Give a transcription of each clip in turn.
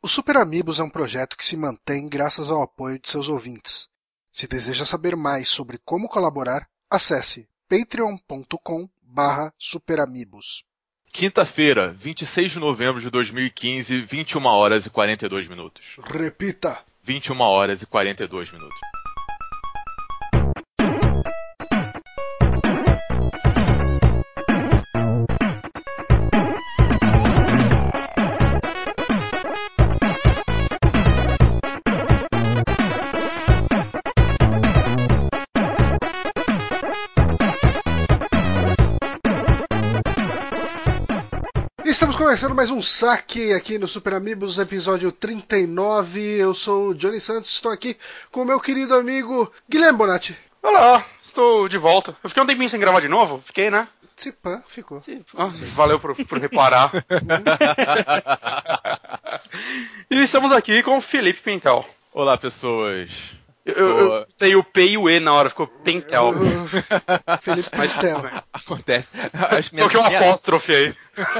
O Super Amigos é um projeto que se mantém graças ao apoio de seus ouvintes. Se deseja saber mais sobre como colaborar, acesse patreon.com/superamigos. Quinta-feira, 26 de novembro de 2015, 21 horas e 42 minutos. Repita! 21 horas e 42 minutos. Estamos começando mais um saque aqui no Super Amigos, episódio 39. Eu sou o Johnny Santos, estou aqui com o meu querido amigo Guilherme Bonatti. Olá, estou de volta. Eu fiquei um tempinho sem gravar de novo, fiquei, né? Cipã, ficou. Valeu por reparar. E estamos aqui com o Felipe Pintel. Olá, pessoas. Eu tenho o P e o E na hora, ficou Pintel. Felipe Pintel. Acontece. Coloquei um apóstrofe aí.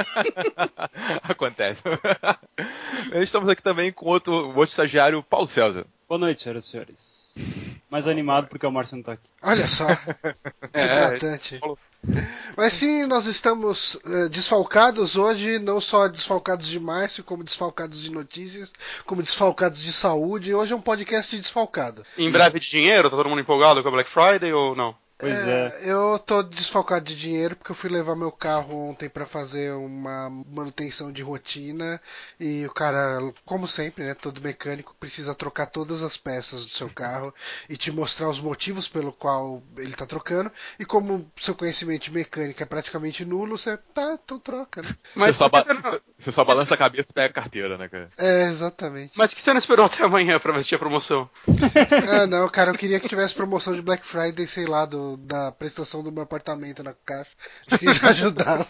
Acontece. Estamos aqui também com outro estagiário, Paulo César. Boa noite, senhoras e senhores. Mais animado porque o Márcio não tá aqui. Olha só, que tratante. Mas sim, nós estamos desfalcados hoje, não só desfalcados de Márcio, como desfalcados de notícias, como desfalcados de saúde. Hoje é um podcast desfalcado. Em breve de dinheiro, tá todo mundo empolgado com a Black Friday ou não? Pois é. Eu tô desfalcado de dinheiro porque eu fui levar meu carro ontem pra fazer uma manutenção de rotina e o cara, como sempre, né, todo mecânico precisa trocar todas as peças do seu carro e te mostrar os motivos pelo qual ele tá trocando, e como seu conhecimento de mecânica é praticamente nulo, você tá, então troca, né? Mas você só balança a cabeça e pega a carteira, né, cara? É, exatamente. Mas que você não esperou até amanhã pra ver se tinha promoção? Ah, não, cara, eu queria que tivesse promoção de Black Friday, sei lá, da prestação do meu apartamento na caixa. Acho que já ajudava.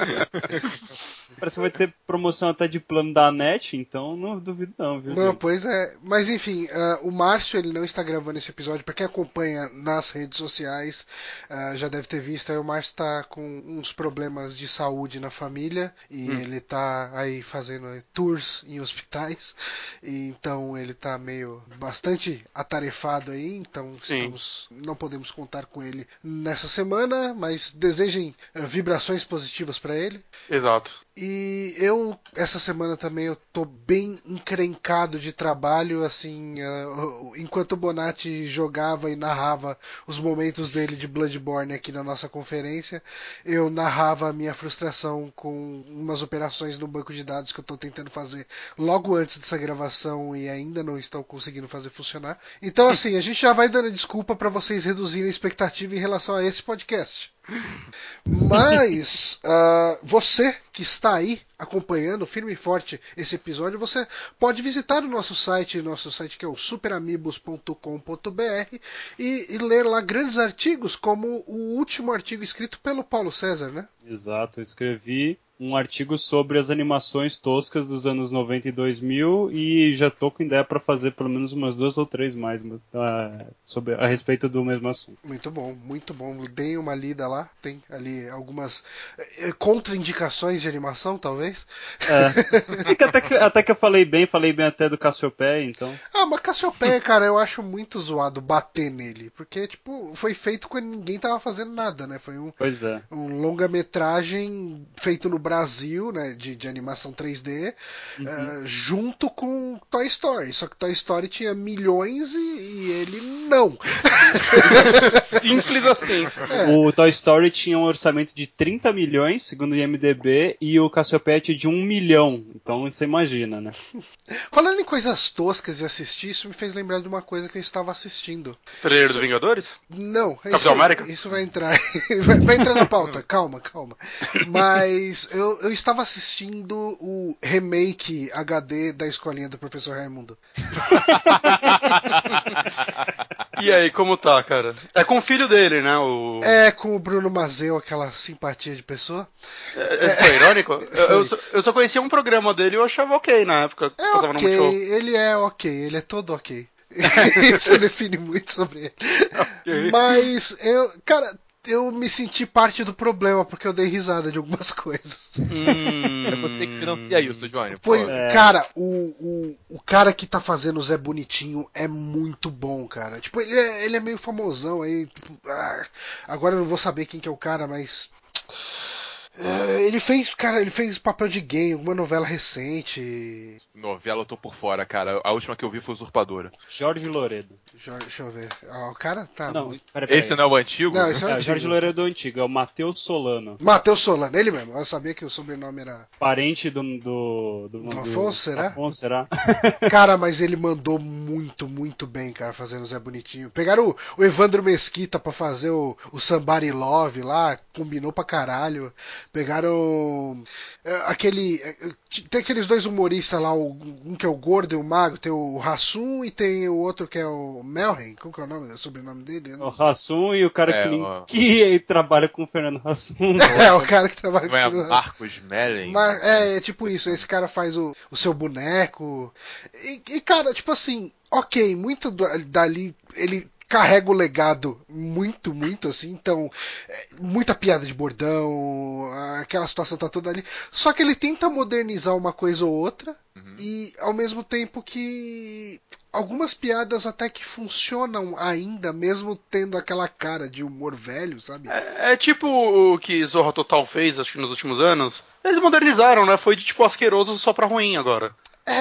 Parece que vai ter promoção até de plano da NET, então não duvido não, viu? Não, pois é. Mas enfim, o Márcio ele não está gravando esse episódio. Pra quem acompanha nas redes sociais, já deve ter visto. Aí o Márcio tá com uns problemas de saúde na família e ele tá aí fazendo tours em hospitais. E então ele tá meio bastante atarefado aí. Então não podemos contar com ele nessa semana, mas desejem vibrações positivas pra ele. Exato. E eu, essa semana também, eu tô bem encrencado de trabalho, assim, enquanto o Bonatti jogava e narrava os momentos dele de Bloodborne aqui na nossa conferência, eu narrava a minha frustração com umas operações no banco de dados que eu tô tentando fazer logo antes dessa gravação e ainda não estou conseguindo fazer funcionar. Então, assim, a gente já vai dando desculpa para vocês reduzirem a expectativa em relação a esse podcast. Mas você que está aí acompanhando firme e forte esse episódio, você pode visitar o nosso site que é o superamigos.com.br e ler lá grandes artigos, como o último artigo escrito pelo Paulo César, né? Exato, eu escrevi um artigo sobre as animações toscas dos anos 90 e 2000 e já tô com ideia para fazer pelo menos umas 2 ou 3 mais a respeito do mesmo assunto. Muito bom, muito bom. Deem uma lida lá, tem ali algumas contraindicações de animação, talvez. Até que eu falei bem até do Cassiopeia, então. Mas Cassiopeia, cara, eu acho muito zoado bater nele, porque, tipo, foi feito quando ninguém tava fazendo nada, né? Foi um longa-metragem feito no Brasil, né, de animação 3D, junto com Toy Story. Só que Toy Story tinha milhões e ele não. Simples assim. O Toy Story tinha um orçamento de 30 milhões, segundo o IMDb, e o Cassiopeia de 1 milhão. Então você imagina, né? Falando em coisas toscas e assistir, isso me fez lembrar de uma coisa que eu estava assistindo. Trailer dos Vingadores? Não, Capitão América? Isso vai entrar. vai entrar na pauta, calma. Mas eu estava assistindo o remake HD da Escolinha do Professor Raimundo. E aí, como tá, cara? É com o filho dele, né? É, com o Bruno Mazeu, aquela simpatia de pessoa. Foi irônico? Eu só conhecia um programa dele e eu achava ok na época. É ok, ele é ok, ele é todo ok. Isso define muito sobre ele. Okay. Mas, cara, eu me senti parte do problema, porque eu dei risada de algumas coisas. É você que financia isso, Johnny. Pô. Pois, cara, o cara que tá fazendo o Zé Bonitinho é muito bom, cara. Tipo, ele é meio famosão aí. Tipo, agora eu não vou saber quem que é o cara, mas. Ele fez papel de gay em alguma novela recente. Novela eu tô por fora, cara. A última que eu vi foi Usurpadora. Jorge Loredo. Deixa eu ver. O cara tá Não, muito. peraí. Esse não é o antigo? Não, esse é o É, o antigo. Jorge Loredo antigo, é o Matheus Solano. Matheus Solano, ele mesmo. Eu sabia que o sobrenome era. Parente do Afonso, será? Afonso, será? Cara, mas ele mandou muito, muito bem, cara, fazendo o Zé Bonitinho. Pegaram o Evandro Mesquita pra fazer o Somebody Love lá, combinou pra caralho. Pegaram tem aqueles dois humoristas lá, um que é o gordo e o magro, tem o Hassum e tem o outro que é o Melren. Qual que é o sobrenome dele? O Hassum e o cara ó. que trabalha com o Fernando Hassum. É, o cara que trabalha Não é com Marcos Mellen? Mas, é tipo isso, esse cara faz o seu boneco. E, cara, tipo assim, ok, muito dali ele carrega o legado muito, muito assim, então, muita piada de bordão, aquela situação tá toda ali. Só que ele tenta modernizar uma coisa ou outra, e ao mesmo tempo que algumas piadas até que funcionam ainda, mesmo tendo aquela cara de humor velho, sabe? É tipo o que Zorra Total fez, acho que nos últimos anos. Eles modernizaram, né? Foi de tipo asqueroso só pra ruim agora.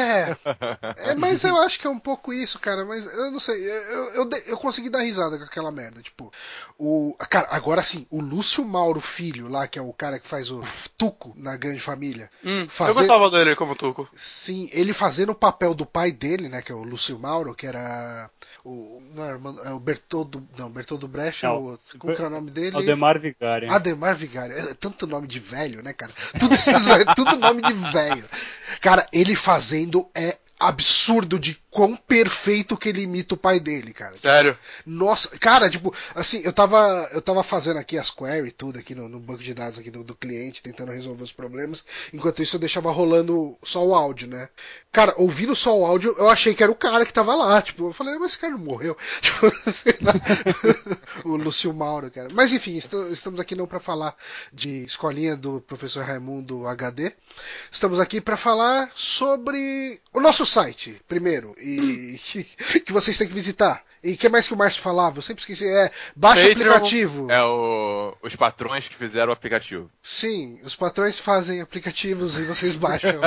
Mas eu acho que é um pouco isso, cara. Mas eu não sei. Eu consegui dar risada com aquela merda. Tipo, cara, agora sim, o Lúcio Mauro Filho, lá, que é o cara que faz o Tuco na Grande Família. Eu gostava dele como Tuco. Sim, ele fazendo o papel do pai dele, né? Que é o Lúcio Mauro, que era. Não é o Bertoldo. Não, Bertoldo Brecht é o outro. Qual que é o nome dele? Ademar Vigário. Ademar Vigário. É tanto nome de velho, né, cara? Tudo nome de velho. Cara, ele fazendo é absurdo de quão perfeito que ele imita o pai dele, cara. Sério? Nossa, cara, tipo, assim, eu tava fazendo aqui as query tudo aqui no banco de dados aqui do cliente, tentando resolver os problemas. Enquanto isso eu deixava rolando só o áudio, né? Cara, ouvindo só o áudio, eu achei que era o cara que tava lá. Tipo, eu falei, mas esse cara não morreu. Tipo, sei lá. O Lúcio Mauro, cara. Mas enfim, estamos aqui não pra falar de escolinha do professor Raimundo HD. Estamos aqui pra falar sobre o nosso site, primeiro, e que vocês têm que visitar. E o que mais que o Márcio falava? Eu sempre esqueci. Baixa o aplicativo. Os patrões que fizeram o aplicativo. Sim, os patrões fazem aplicativos e vocês baixam.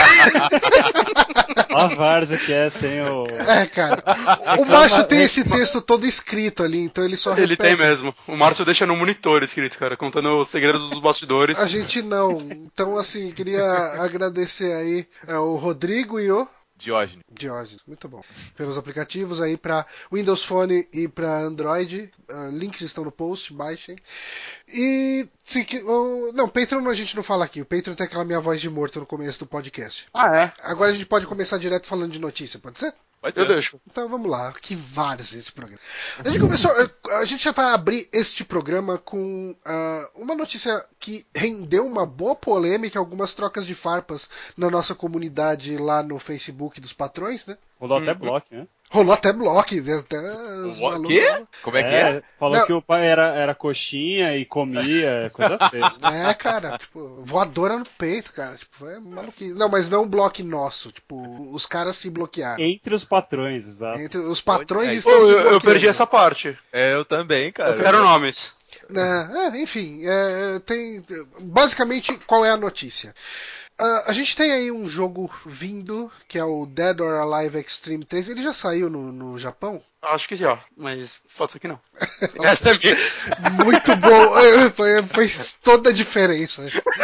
A várzea que é sem o... Cara. O Márcio tem esse texto todo escrito ali, então ele só repete. Ele tem mesmo. O Márcio deixa no monitor escrito, cara, contando os segredos dos bastidores. A gente não. Então, assim, queria agradecer aí o Rodrigo e o... Diógenes, muito bom. Pelos aplicativos aí para Windows Phone e para Android. Links estão no post, baixem. E não, Patreon a gente não fala aqui. O Patreon tem aquela minha voz de morto no começo do podcast. É? Agora a gente pode começar direto falando de notícia, pode ser? Pode ser. Eu deixo. Então vamos lá, que várzea esse programa. A gente já vai abrir este programa com uma notícia que rendeu uma boa polêmica, algumas trocas de farpas na nossa comunidade lá no Facebook dos patrões, né? Rolou até bloco, né? Rolou até bloco, até os malucos. Quê? Como é que é? Falou Não. que o pai era coxinha e comia, coisa feia. Cara, tipo, voadora no peito, cara. Tipo, é maluquice. Não, mas não um bloco nosso. Tipo, os caras se bloquearam. Entre os patrões, exato. Entre os patrões Olha, estão se bloqueando. Eu perdi essa parte. Eu também, cara. Eu quero nomes. Enfim, tem. Basicamente, qual é a notícia? A gente tem aí um jogo vindo, que é o Dead or Alive Extreme 3. Ele já saiu no Japão? Acho que já, mas pode ser que não. Essa é minha. Muito bom, fez toda a diferença.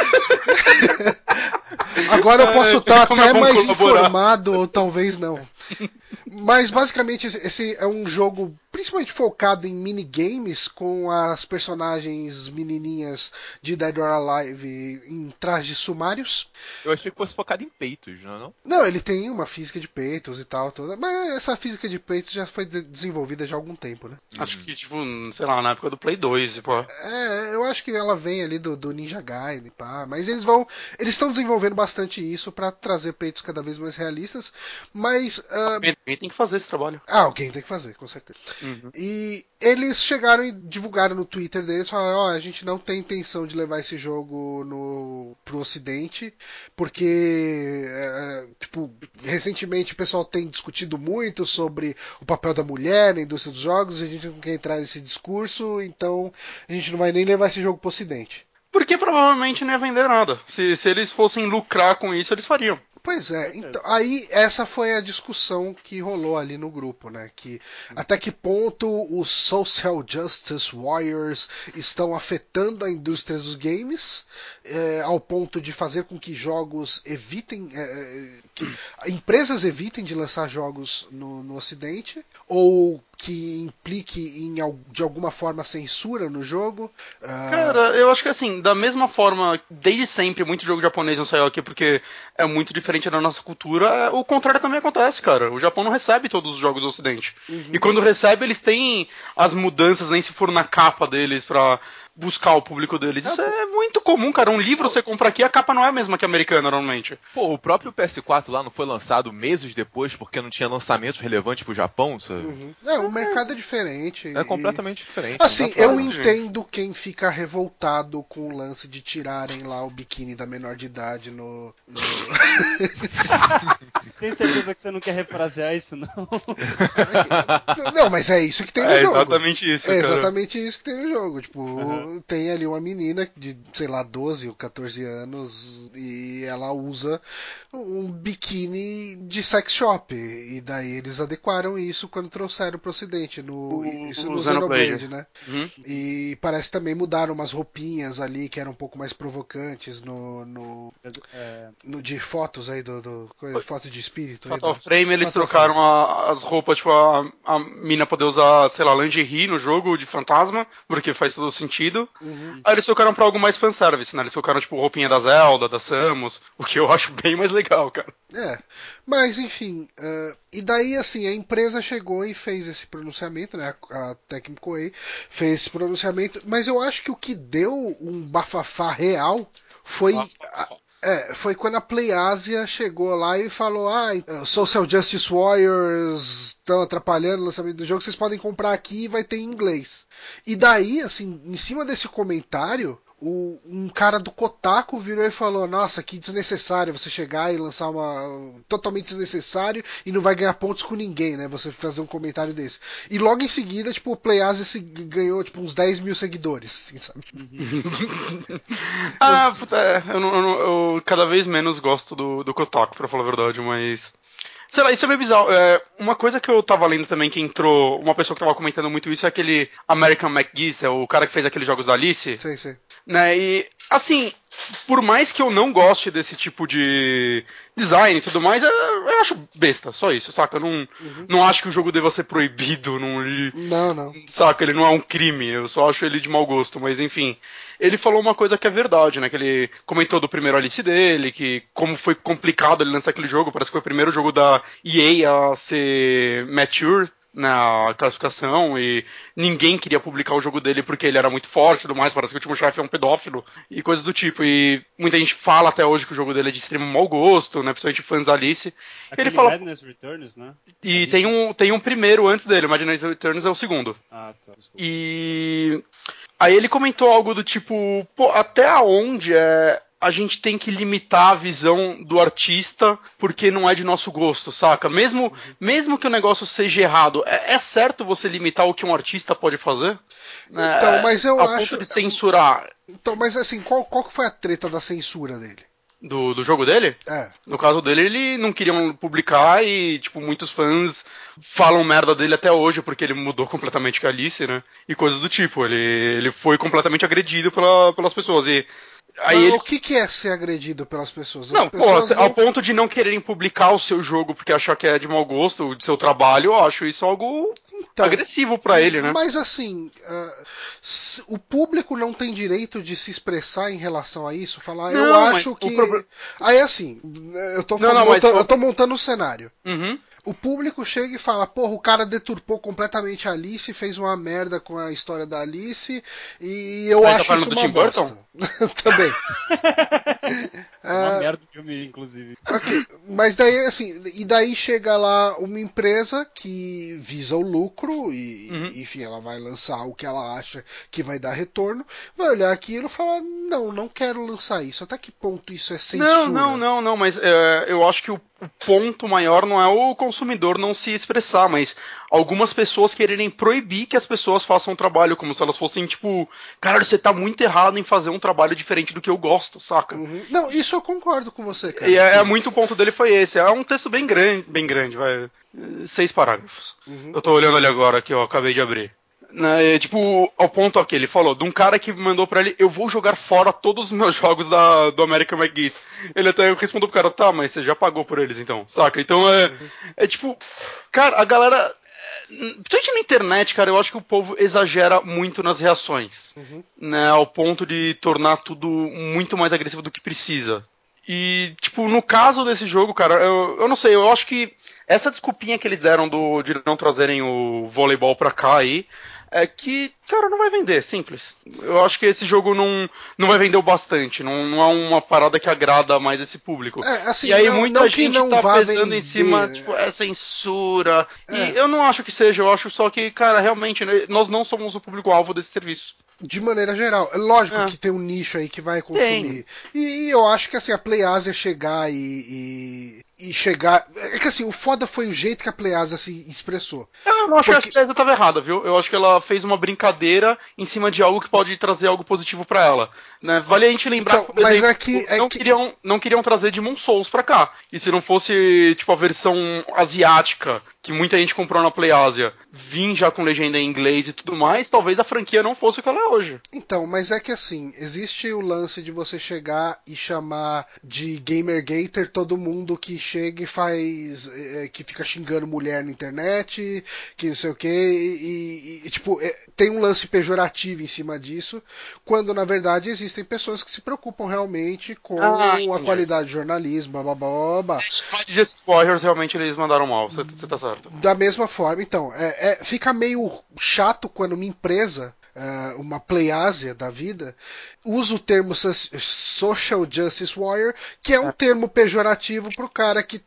Agora eu posso estar até mais informado, ou talvez não. Mas basicamente esse é um jogo principalmente focado em minigames, com as personagens menininhas de Dead or Alive em trajes sumários. Eu achei que fosse focado em peitos, não? Não, ele tem uma física de peitos e tal, toda, mas essa física de peitos já foi desenvolvida já há algum tempo, né? Acho que, tipo, sei lá, na época do Play 2, pô. Eu acho que ela vem ali do Ninja Gaiden, pá, mas eles estão desenvolvendo bastante isso pra trazer peitos cada vez mais realistas, mas... Alguém tem que fazer esse trabalho. alguém tem que fazer, com certeza. E eles chegaram e divulgaram no Twitter deles, falaram, a gente não tem intenção de levar esse jogo pro ocidente, porque, recentemente o pessoal tem discutido muito sobre o papel da mulher na indústria dos jogos, e a gente não quer entrar nesse discurso, então a gente não vai nem levar esse jogo pro ocidente. Porque provavelmente não ia vender nada. Se eles fossem lucrar com isso, eles fariam. Pois é, então, aí essa foi a discussão que rolou ali no grupo, né? Que até que ponto os Social Justice Warriors estão afetando a indústria dos games, ao ponto de fazer com que jogos evitem, que empresas evitem de lançar jogos no Ocidente, ou que implique de alguma forma censura no jogo. Cara, eu acho que assim, da mesma forma, desde sempre, muito jogo japonês não saiu aqui porque é muito diferente da nossa cultura, o contrário também acontece, cara. O Japão não recebe todos os jogos do Ocidente. E quando recebe, eles têm as mudanças, nem se for na capa deles, pra buscar o público deles. Isso é muito comum, cara. Um livro você compra aqui, a capa não é a mesma que a americana, normalmente. Pô, o próprio PS4 lá não foi lançado meses depois porque não tinha lançamentos relevantes pro Japão? O mercado é diferente. É completamente diferente. Assim, eu entendo quem fica revoltado com o lance de tirarem lá o biquíni da menor de idade no... Tem certeza que você não quer refrasear isso, não? Não, mas é isso que tem no jogo. É exatamente isso, É cara. exatamente isso que tem no jogo. Tipo, tem ali uma menina de, sei lá, 12 ou 14 anos e ela usa um biquíni de sex shop. E daí eles adequaram isso quando trouxeram pro ocidente, isso no Xenoblade, né? E parece que também mudaram umas roupinhas ali que eram um pouco mais provocantes no de fotos aí foto de espírito. Fatal Frame, eles trocaram as roupas, tipo, a mina poder usar, sei lá, lingerie no jogo de fantasma, porque faz todo sentido. Aí eles trocaram pra algo mais fanservice, né? Eles trocaram, tipo, roupinha da Zelda, da Samus, o que eu acho bem mais legal, cara. Mas enfim, e daí assim, a empresa chegou e fez esse pronunciamento, né? A Tecmo Koei fez esse pronunciamento, mas eu acho que o que deu um bafafá real foi quando a PlayAsia chegou lá e falou: Social Justice Warriors estão atrapalhando o lançamento do jogo, vocês podem comprar aqui e vai ter em inglês. E daí, assim, em cima desse comentário, um cara do Kotaku virou e falou: nossa, que desnecessário você chegar e lançar totalmente desnecessário e não vai ganhar pontos com ninguém, né? Você fazer um comentário desse. E logo em seguida, tipo, o PlayAsia ganhou tipo, uns 10 mil seguidores, assim, sabe? Eu cada vez menos gosto do Kotaku, pra falar a verdade, mas... Sei lá, isso é meio bizarro. Uma coisa que eu tava lendo também, que entrou... Uma pessoa que tava comentando muito isso é aquele American McGee, o cara que fez aqueles jogos da Alice. Sei. Né, e, assim, por mais que eu não goste desse tipo de design e tudo mais, eu acho besta, só isso, saca? Eu não acho que o jogo deva ser proibido, não. Saca? Ele não é um crime, eu só acho ele de mau gosto, mas enfim. Ele falou uma coisa que é verdade, né? Que ele comentou do primeiro Alice dele, que como foi complicado ele lançar aquele jogo, parece que foi o primeiro jogo da EA a ser mature na classificação e ninguém queria publicar o jogo dele porque ele era muito forte e tudo mais, parece que o último chefe é um pedófilo e coisas do tipo, e muita gente fala até hoje que o jogo dele é de extremo mau gosto, né, principalmente fãs da Alice. Ele fala... Madness Returns, né? E tem um primeiro antes dele, Madness Returns é o segundo. Tá, desculpa. E aí ele comentou algo do tipo, pô, até onde a gente tem que limitar a visão do artista porque não é de nosso gosto, saca? Mesmo que o negócio seja errado, é certo você limitar o que um artista pode fazer? Então, mas eu ao acho... ponto de censurar. Então, mas assim, qual que foi a treta da censura dele? Do jogo dele? No caso dele, ele não queriam publicar e, tipo, muitos fãs falam merda dele até hoje porque ele mudou completamente com a Alice, né? E coisas do tipo. Ele foi completamente agredido pelas pessoas. E aí o que é ser agredido pelas pessoas? Ao ponto de não quererem publicar o seu jogo porque achar que é de mau gosto, do seu trabalho, eu acho isso algo agressivo pra ele, né? Mas assim, o público não tem direito de se expressar em relação a isso? Falar, eu acho que... Aí assim, eu tô montando um cenário. O público chega e fala, porra, o cara deturpou completamente a Alice, fez uma merda com a história da Alice, e eu acho isso uma bosta. Também. Uma merda o filme, inclusive. Ok, mas daí, assim, e daí chega lá uma empresa que visa o lucro e, enfim, ela vai lançar o que ela acha que vai dar retorno, vai olhar aquilo e falar, não quero lançar isso. Até que ponto isso é censura? Não, mas eu acho que o ponto maior não é o consumidor não se expressar, mas algumas pessoas quererem proibir que as pessoas façam um trabalho, como se elas fossem, tipo, caralho, você tá muito errado em fazer um trabalho diferente do que eu gosto, saca? Uhum. Não, isso eu concordo com você, cara. E muito o ponto dele foi esse. É um texto bem grande, vai. 6 parágrafos. Uhum. Eu tô olhando ali agora que eu acabei de abrir. Tipo, ao ponto aqui, ele falou, de um cara que mandou pra ele, eu vou jogar fora todos os meus jogos do American McGee's. Ele até respondeu pro cara, tá, mas você já pagou por eles então, saca? Então é tipo, cara, a galera, principalmente na internet, cara, eu acho que o povo exagera muito nas reações, né, ao ponto de tornar tudo muito mais agressivo do que precisa. E, tipo, no caso desse jogo, cara, eu não sei, eu acho que essa desculpinha que eles deram de não trazerem o voleibol pra cá aí, é que, cara, não vai vender, simples. Eu acho que esse jogo não vai vender o bastante, não é uma parada que agrada mais esse público. Assim, e aí não muita que gente não tá vá pesando vender, em cima, tipo, é censura. É. E eu não acho que seja, eu acho só que, cara, realmente, nós não somos o público-alvo desse serviço. De maneira geral. É lógico que tem um nicho aí que vai consumir. E eu acho que assim, a PlayAsia chegar e chegar. É que assim, o foda foi o jeito que a PlayAsia se expressou. Eu não acho que a Teresa estava errada, viu? Eu acho que ela fez uma brincadeira em cima de algo que pode trazer algo positivo para ela. Né? Vale a gente lembrar então, que, por mas exemplo, não queriam trazer Demon Souls pra cá. E se não fosse, tipo, a versão asiática, que muita gente comprou na PlayAsia, vir já com legenda em inglês e tudo mais, talvez a franquia não fosse o que ela é hoje. Então, mas é que assim, existe o lance de você chegar e chamar de Gamergater todo mundo que chega e faz. Que fica xingando mulher na internet, que não sei o que, tipo, tem um lance pejorativo em cima disso, quando na verdade existem pessoas que se preocupam realmente com a qualidade de jornalismo, blá blá blá blá. De Justice Warriors realmente eles mandaram mal, você tá certo. Da mesma forma, então, fica meio chato quando uma empresa, uma PlayAsia da vida, usa o termo Social Justice Warrior, que é um termo pejorativo pro cara que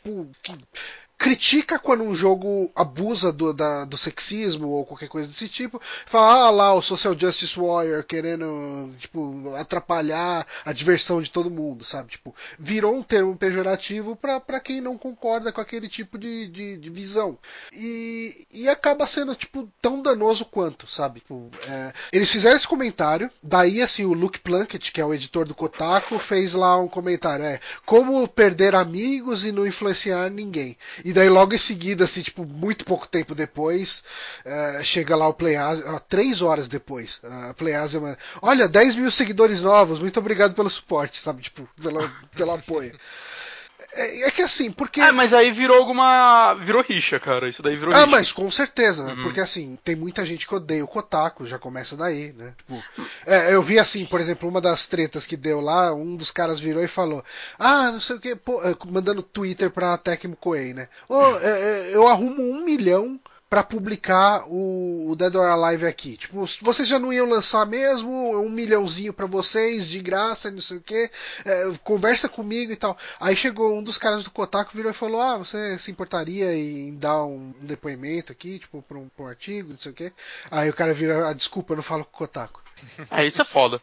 critica quando um jogo abusa do sexismo ou qualquer coisa desse tipo, fala, lá, o Social Justice Warrior querendo, tipo, atrapalhar a diversão de todo mundo, sabe? Tipo, virou um termo pejorativo pra quem não concorda com aquele tipo de visão. E acaba sendo, tipo, tão danoso quanto, sabe? Tipo, eles fizeram esse comentário, daí, assim, o Luke Plunkett, que é o editor do Kotaku, fez lá um comentário, como perder amigos e não influenciar ninguém. E daí logo em seguida, assim, tipo, muito pouco tempo depois, chega lá o PlayAsia, 3 horas depois, a PlayAsia, olha, 10 mil seguidores novos, muito obrigado pelo suporte, sabe, tipo, pelo apoio. É que assim, porque... mas aí virou rixa, cara, isso daí virou rixa. Mas com certeza, porque assim, tem muita gente que odeia o Kotaku, já começa daí, né? Tipo, eu vi assim, por exemplo, uma das tretas que deu lá, um dos caras virou e falou, não sei o que, mandando Twitter pra Tecmo Koei, né? Eu arrumo 1 milhão pra publicar o Dead or Alive aqui. Tipo, vocês já não iam lançar mesmo, 1 milhãozinho pra vocês, de graça, não sei o que, conversa comigo e tal. Aí chegou um dos caras do Kotaku, virou e falou, você se importaria em dar um depoimento aqui, tipo, pra um artigo, não sei o que. Aí o cara virou, desculpa, eu não falo com o Kotaku. Isso é foda.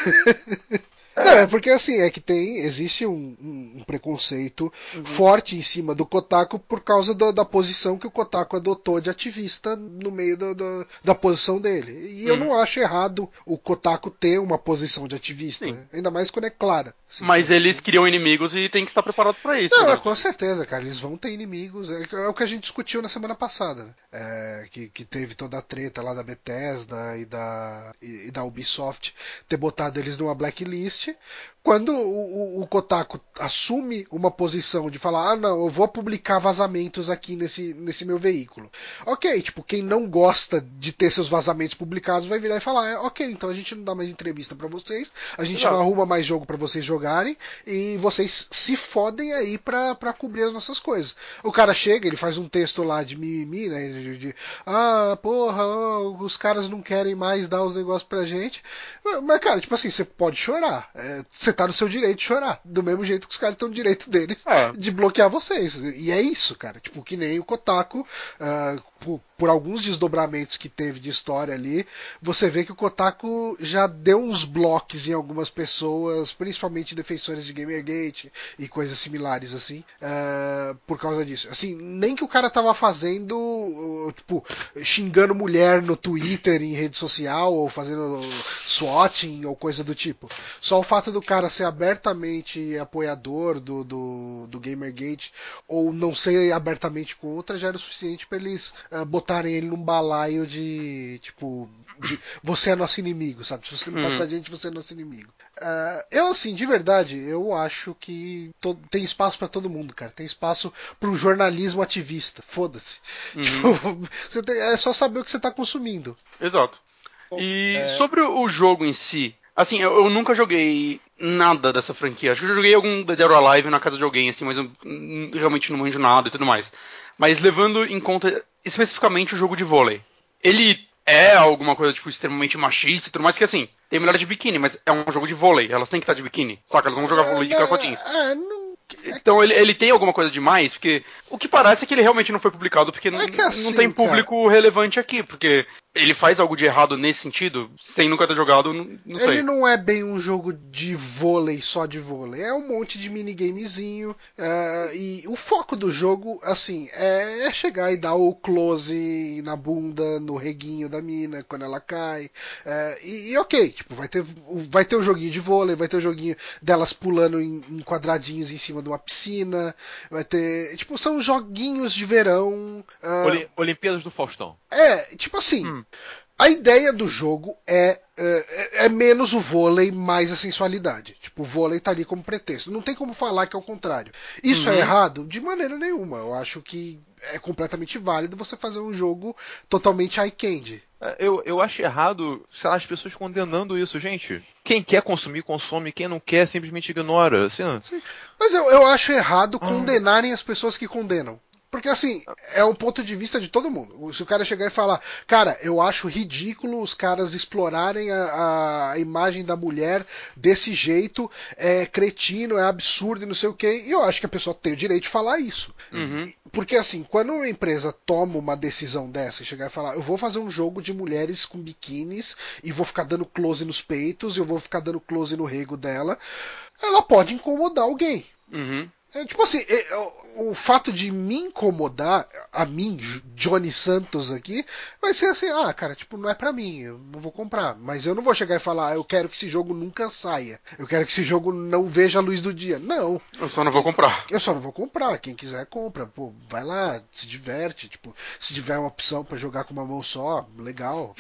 Não, porque assim, existe um preconceito forte em cima do Kotaku por causa da posição que o Kotaku adotou de ativista no meio da posição dele. E eu não acho errado o Kotaku ter uma posição de ativista, ainda mais quando é clara. Assim, mas eles criam inimigos e tem que estar preparado pra isso. Não, né? com certeza, cara, eles vão ter inimigos. É o que a gente discutiu na semana passada, né? Que teve toda a treta lá da Bethesda e da Ubisoft ter botado eles numa blacklist. Quando o Kotaku assume uma posição de falar, não, eu vou publicar vazamentos aqui nesse meu veículo. Ok, tipo, quem não gosta de ter seus vazamentos publicados vai virar e falar, ok, então a gente não dá mais entrevista pra vocês, a gente não arruma mais jogo pra vocês jogarem e vocês se fodem aí pra cobrir as nossas coisas. O cara chega, ele faz um texto lá de mimimi, né, os caras não querem mais dar os negócios pra gente. Mas, cara, tipo assim, você pode chorar. Você você tá no seu direito de chorar. Do mesmo jeito que os caras estão no direito deles É. de bloquear vocês. E é isso, cara. Tipo, que nem o Kotaku, por alguns desdobramentos que teve de história ali, você vê que o Kotaku já deu uns blocos em algumas pessoas, principalmente defensores de Gamergate e coisas similares, assim, por causa disso. Assim, nem que o cara tava fazendo, tipo, xingando mulher no Twitter, em rede social, ou fazendo swatting, ou coisa do tipo. Só o fato do cara ser abertamente apoiador do Gamergate, ou não ser abertamente contra, já era o suficiente pra eles botarem ele num balaio de, tipo, você é nosso inimigo, sabe? Se você não tá com a gente, você é nosso inimigo. Eu, assim, de verdade, eu acho que tem espaço pra todo mundo, cara. Tem espaço pro jornalismo ativista. Foda-se. Tipo, é só saber o que você tá consumindo. Exato. E sobre o jogo em si, assim, eu nunca joguei nada dessa franquia. Acho que eu joguei algum Dead or Alive na casa de alguém, assim, mas eu realmente não manjo nada e tudo mais. Mas levando em conta especificamente o jogo de vôlei, ele é alguma coisa, tipo, extremamente machista e tudo mais, que assim, tem mulher de biquíni, mas é um jogo de vôlei, elas têm que estar de biquíni, saca? Elas vão jogar vôlei de calça jeans. Então ele tem alguma coisa demais, porque o que parece é que ele realmente não foi publicado porque assim, não tem público relevante aqui, porque ele faz algo de errado nesse sentido, sem nunca ter jogado, não sei. Ele não é bem um jogo de vôlei, só de vôlei. É um monte de minigamezinho. E o foco do jogo, assim, é chegar e dar o close na bunda, no reguinho da mina, quando ela cai. E ok, tipo, vai ter o joguinho de vôlei, vai ter o joguinho delas pulando em quadradinhos em cima de uma piscina. Vai ter. Tipo, são joguinhos de verão. Olimpíadas do Faustão. Tipo assim. A ideia do jogo é menos o vôlei, mais a sensualidade. Tipo, o vôlei tá ali como pretexto. Não tem como falar que é o contrário. Isso é errado? De maneira nenhuma. Eu acho que é completamente válido você fazer um jogo totalmente eye candy. Eu acho errado, sei lá, as pessoas condenando isso, gente. Quem quer consumir, consome. Quem não quer, simplesmente ignora. Assim, Sim. Mas eu acho errado condenarem as pessoas que condenam. Porque, assim, é o ponto de vista de todo mundo. Se o cara chegar e falar, cara, eu acho ridículo os caras explorarem a imagem da mulher desse jeito, é cretino, é absurdo e não sei o quê, e eu acho que a pessoa tem o direito de falar isso. Porque, assim, quando uma empresa toma uma decisão dessa e chegar e falar, eu vou fazer um jogo de mulheres com biquínis e vou ficar dando close nos peitos, eu vou ficar dando close no rego dela, ela pode incomodar alguém. Tipo assim, o fato de me incomodar, a mim, Johnny Santos aqui, vai ser assim, cara, tipo, não é pra mim, eu não vou comprar. Mas eu não vou chegar e falar, eu quero que esse jogo nunca saia. Eu quero que esse jogo não veja a luz do dia. Não. Eu só não vou comprar. Eu só não vou comprar. Quem quiser, compra. Pô, vai lá, se diverte. Tipo, se tiver uma opção pra jogar com uma mão só, legal.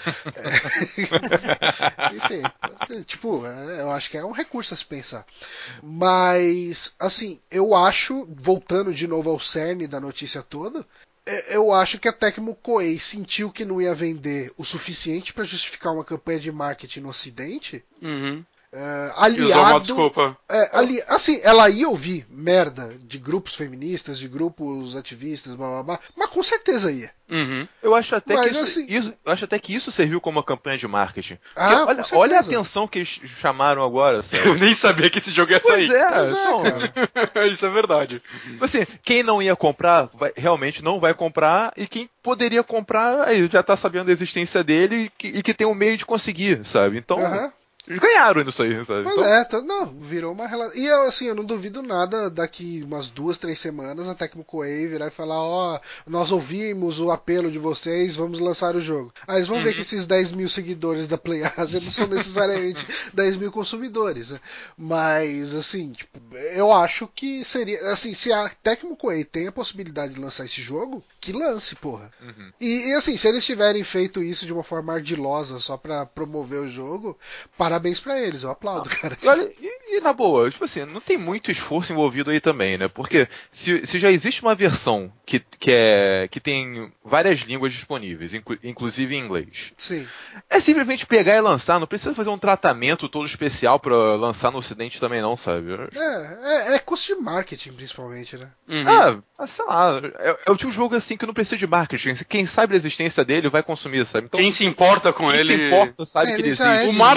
Enfim, tipo, eu acho que é um recurso a se pensar. Mas, assim, eu acho, voltando de novo ao cerne da notícia toda, eu acho que a Tecmo Koei sentiu que não ia vender o suficiente para justificar uma campanha de marketing no Ocidente. Aliado. E usou uma desculpa. Assim, ela ia ouvir merda de grupos feministas, de grupos ativistas, blá blá blá, mas com certeza ia. Eu acho até Mas, que assim, eu acho até que isso serviu como uma campanha de marketing. com Olha a certeza. atenção que eles chamaram agora, sabe? Eu nem sabia que esse jogo ia sair. Então, Isso é verdade. assim, quem não ia comprar, realmente não vai comprar, e quem poderia comprar, aí já tá sabendo da existência dele e que tem um meio de conseguir, sabe? Então, eles ganharam nisso aí, sabe? Mas não, virou uma relação. E eu não duvido nada daqui umas 2, 3 semanas a Tecmo Koei virar e falar, nós ouvimos o apelo de vocês, vamos lançar o jogo. Aí eles vão ver que esses 10 mil seguidores da PlayAsia não são necessariamente 10 mil consumidores, né? Mas, assim, tipo, eu acho que seria, assim, se a Tecmo Koei tem a possibilidade de lançar esse jogo, que lance, porra. E assim, se eles tiverem feito isso de uma forma ardilosa só pra promover o jogo, parabéns pra eles, eu aplaudo, cara. E na boa, tipo assim, não tem muito esforço envolvido aí também, né? Porque se já existe uma versão que tem várias línguas disponíveis, inclusive em inglês. Sim. É simplesmente pegar e lançar, não precisa fazer um tratamento todo especial pra lançar no Ocidente também não, sabe? É custo de marketing, principalmente, né? Sei lá, é o tipo de jogo assim que não precisa de marketing. Quem sabe da existência dele vai consumir, sabe? Então, quem se importa com quem ele. se importa sabe que ele ele já existe. O marketing nicho, né?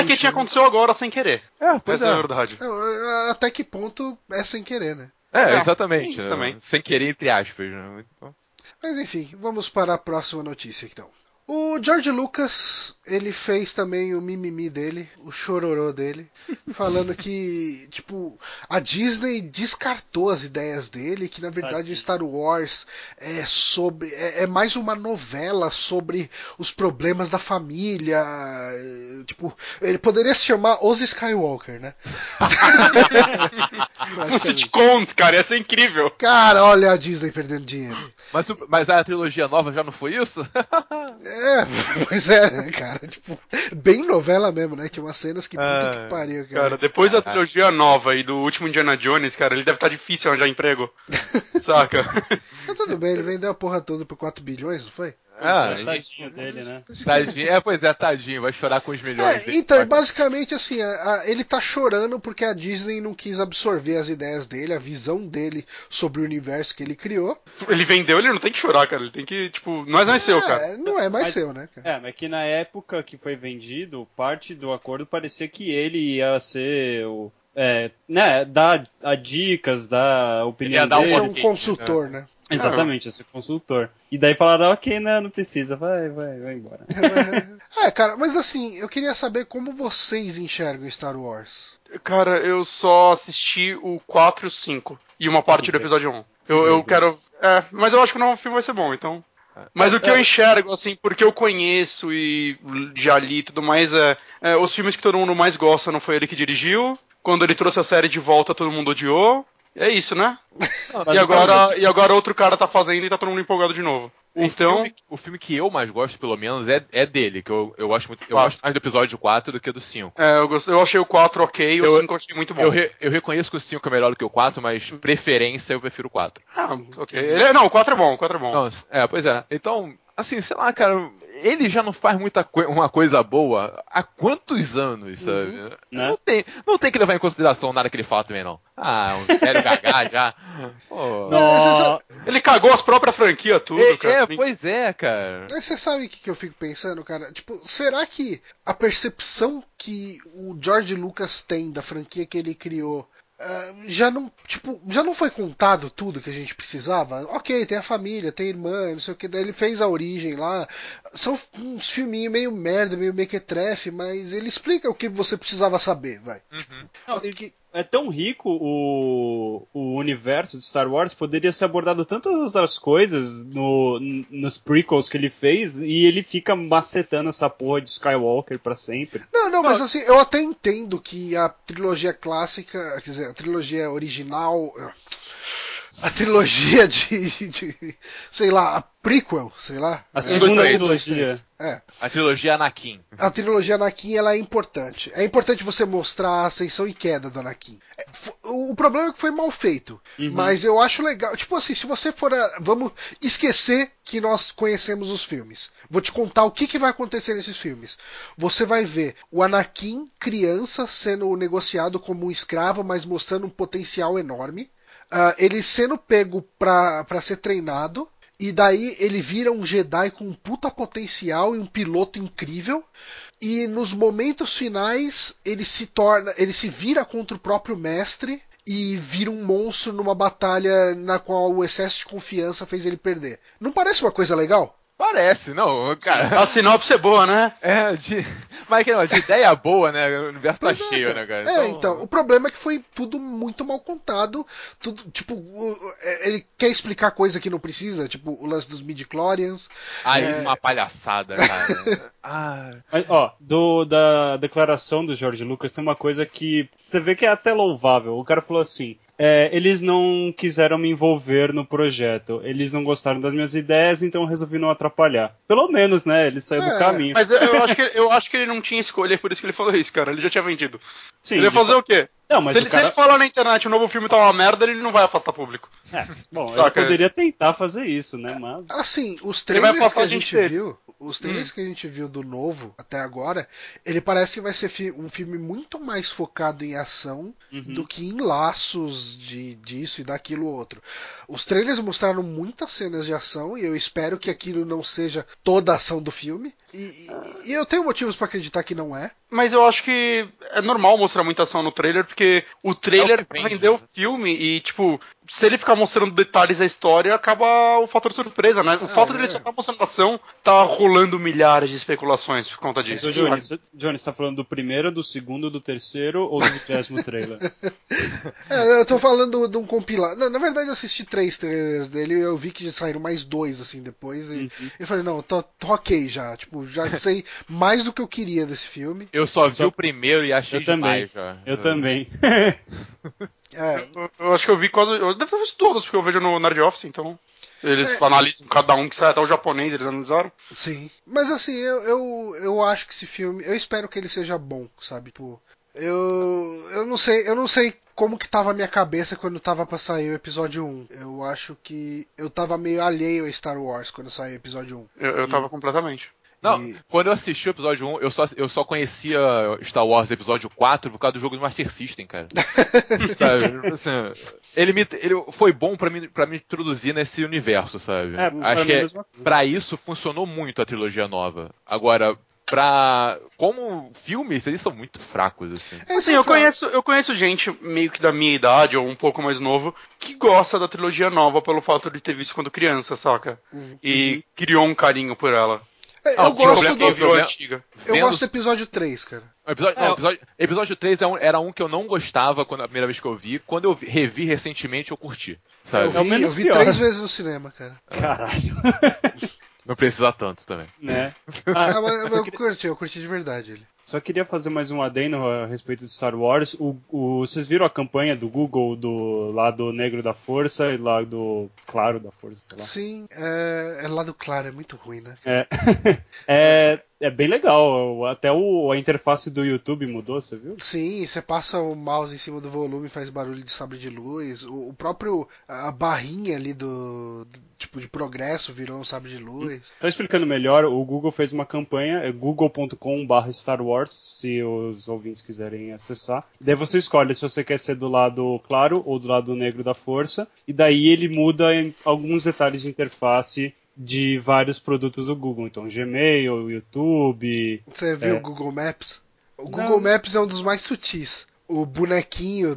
aconteceu agora sem querer. Pois Essa é a verdade. Até que ponto é sem querer, né? Exatamente. Isso também. Sem querer, entre aspas. Né? Então... Mas enfim, vamos para a próxima notícia então. O George Lucas, ele fez também o mimimi dele, o chororô dele, falando que, tipo, a Disney descartou as ideias dele, que na verdade Star Wars é mais uma novela sobre os problemas da família, tipo, ele poderia se chamar Os Skywalker, né? Um sitcom, cara, ia ser incrível. Cara, olha a Disney perdendo dinheiro. Mas a trilogia nova já não foi isso? Pois é, né, cara? Tipo, bem novela mesmo, né? Tinha umas cenas que puta que pariu, cara. Cara, depois da trilogia nova e do último Indiana Jones, cara, ele deve estar difícil arranjar emprego. Saca? Mas tudo bem, ele vendeu a porra toda por 4 bilhões, não foi? Tadinho dele, né? Tadinho, tadinho, vai chorar com os milhões. Então, basicamente assim, ele tá chorando porque a Disney não quis absorver as ideias dele, a visão dele sobre o universo que ele criou. Ele vendeu, ele não tem que chorar, cara, ele tem que, tipo, não é mais seu, cara. Não é mais seu, né, cara? Mas que na época que foi vendido, parte do acordo parecia que ele ia ser o... dar dicas, dar opinião dar Ele é dele. um consultor, né? Exatamente, esse consultor. E daí falaram, ok, não precisa, vai embora. Cara, mas assim, eu queria saber como vocês enxergam Star Wars. Cara, eu só assisti o 4 e o 5 e uma parte do episódio 1. Eu quero... mas eu acho que o novo filme vai ser bom, então... Mas o que eu enxergo, assim, porque eu conheço e já li e tudo mais, os filmes que todo mundo mais gosta não foi ele que dirigiu. Quando ele trouxe a série de volta, todo mundo odiou. É isso, né? E agora outro cara tá fazendo e tá todo mundo empolgado de novo. O filme que eu mais gosto, pelo menos, é dele, que eu gosto muito. Eu gosto mais do episódio 4 do que do 5. Eu achei o 4 ok e o 5 eu achei muito bom. Eu reconheço que o 5 é melhor do que o 4, mas preferência eu prefiro o 4. Ok. O 4 é bom, o 4 é bom. Não, pois é. Então, assim, sei lá, cara, ele já não faz uma coisa boa há quantos anos, sabe? Né? Não tem que levar em consideração nada que ele fala também, não. Um velho gagá já. Ele cagou as próprias franquias, tudo, cara. Pois é, cara. Mas você sabe o que eu fico pensando, cara? Tipo, será que a percepção que o George Lucas tem da franquia que ele criou já não foi contado tudo que a gente precisava? Ok, tem a família, tem a irmã, não sei o que, daí ele fez a origem lá. São uns filminhos meio merda, meio mequetrefe, mas ele explica o que você precisava saber, vai. É tão rico o universo de Star Wars, poderia ser abordado tantas outras coisas nos prequels que ele fez, e ele fica macetando essa porra de Skywalker pra sempre. Não, mas assim, eu até entendo que a trilogia clássica, quer dizer, a trilogia original, a trilogia sei lá, a prequel, sei lá. A segunda trilogia. A trilogia Anakin. A trilogia Anakin, ela é importante. É importante você mostrar a ascensão e queda do Anakin. O problema é que foi mal feito. Mas eu acho legal. Tipo assim, se você for... Vamos esquecer que nós conhecemos os filmes. Vou te contar o que vai acontecer nesses filmes. Você vai ver o Anakin, criança, sendo negociado como um escravo, mas mostrando um potencial enorme. Ele sendo pego pra ser treinado. E daí ele vira um Jedi com um puta potencial e um piloto incrível. E nos momentos finais ele se vira contra o próprio mestre e vira um monstro numa batalha na qual o excesso de confiança fez ele perder. Não parece uma coisa legal? Parece, não, cara. A sinopse é boa, né? Mas de ideia boa, né? O universo tá cheio, né, cara? Então, o problema é que foi tudo muito mal contado. Tudo, tipo, ele quer explicar coisa que não precisa, tipo o lance dos midi-chlorians. Isso é uma palhaçada, cara. Mas, da declaração do George Lucas tem uma coisa que você vê que é até louvável. O cara falou assim: eles não quiseram me envolver no projeto. Eles não gostaram das minhas ideias, então eu resolvi não atrapalhar. Pelo menos, né? Ele saiu do caminho. Mas eu acho que ele não tinha escolha, por isso que ele falou isso, cara. Ele já tinha vendido. Sim, ele ia fazer o quê? Não, mas se ele falar na internet o novo filme tá uma merda, ele não vai afastar público. Ele poderia tentar fazer isso, né? Mas... Assim, os trailers que a gente viu... Os trailers que a gente viu do novo até agora, ele parece que vai ser um filme muito mais focado em ação do que em laços disso e daquilo outro. Os trailers mostraram muitas cenas de ação e eu espero que aquilo não seja toda a ação do filme. E eu tenho motivos para acreditar que não é. Mas eu acho que é normal mostrar muita ação no trailer, porque o trailer vendeu o filme e, tipo, se ele ficar mostrando detalhes da história, acaba o fator surpresa, né? O fato dele só estar mostrando ação, tá rolando milhares de especulações por conta disso. Mas, Johnny, você tá falando do primeiro, do segundo, do terceiro ou do 20º trailer? Eu tô falando de um compilado. Na verdade, eu assisti 3 trailers dele e eu vi que saíram mais 2, assim, depois. E eu falei, não, tô ok já. Tipo, já sei mais do que eu queria desse filme. Eu só vi o primeiro e achei demais já. Eu também. Eu acho que eu vi quase. Eu devo ter visto todos, porque eu vejo no Nerd Office, então. Eles analisam cada um, que sai até o japonês, eles analisaram. Sim. Mas assim, eu acho que esse filme. Eu espero que ele seja bom, sabe? Tipo, eu não sei como que tava a minha cabeça quando tava pra sair o episódio 1. Eu acho que eu tava meio alheio a Star Wars quando saiu o episódio 1. Eu tava completamente. Não, quando eu assisti o episódio 1, eu só conhecia Star Wars episódio 4 por causa do jogo do Master System, cara. Sabe? Assim, ele foi bom pra me introduzir nesse universo, sabe? Acho que pra isso funcionou muito a trilogia nova. Agora, como filmes, eles são muito fracos, assim. Assim, eu conheço gente meio que da minha idade, ou um pouco mais novo, que gosta da trilogia nova pelo fato de ter visto quando criança, saca? E criou um carinho por ela. Eu gosto Eu gosto do episódio 3, cara. Episódio 3 era um que eu não gostava a primeira vez que eu vi. Quando eu revi recentemente, eu curti. Sabe? Eu vi 3 vezes no cinema, cara. Caralho. Não precisa tanto também. Né? Mas eu curti de verdade ele. Só queria fazer mais um adendo a respeito de Star Wars. Vocês viram a campanha do Google do lado negro da força e lado claro da força, sei lá? Sim, lado claro, é muito ruim, né? É bem legal. Até a interface do YouTube mudou, você viu? Sim, você passa o mouse em cima do volume e faz barulho de sabre de luz. O próprio a barrinha ali do tipo de progresso virou um sabre de luz. Então, explicando melhor, o Google fez uma campanha, google.com/Star Wars, se os ouvintes quiserem acessar. Daí você escolhe se você quer ser do lado claro ou do lado negro da força, e daí ele muda em alguns detalhes de interface de vários produtos do Google. Então, Gmail, YouTube... Você viu o Google Maps? O Google Maps é um dos mais sutis. O bonequinho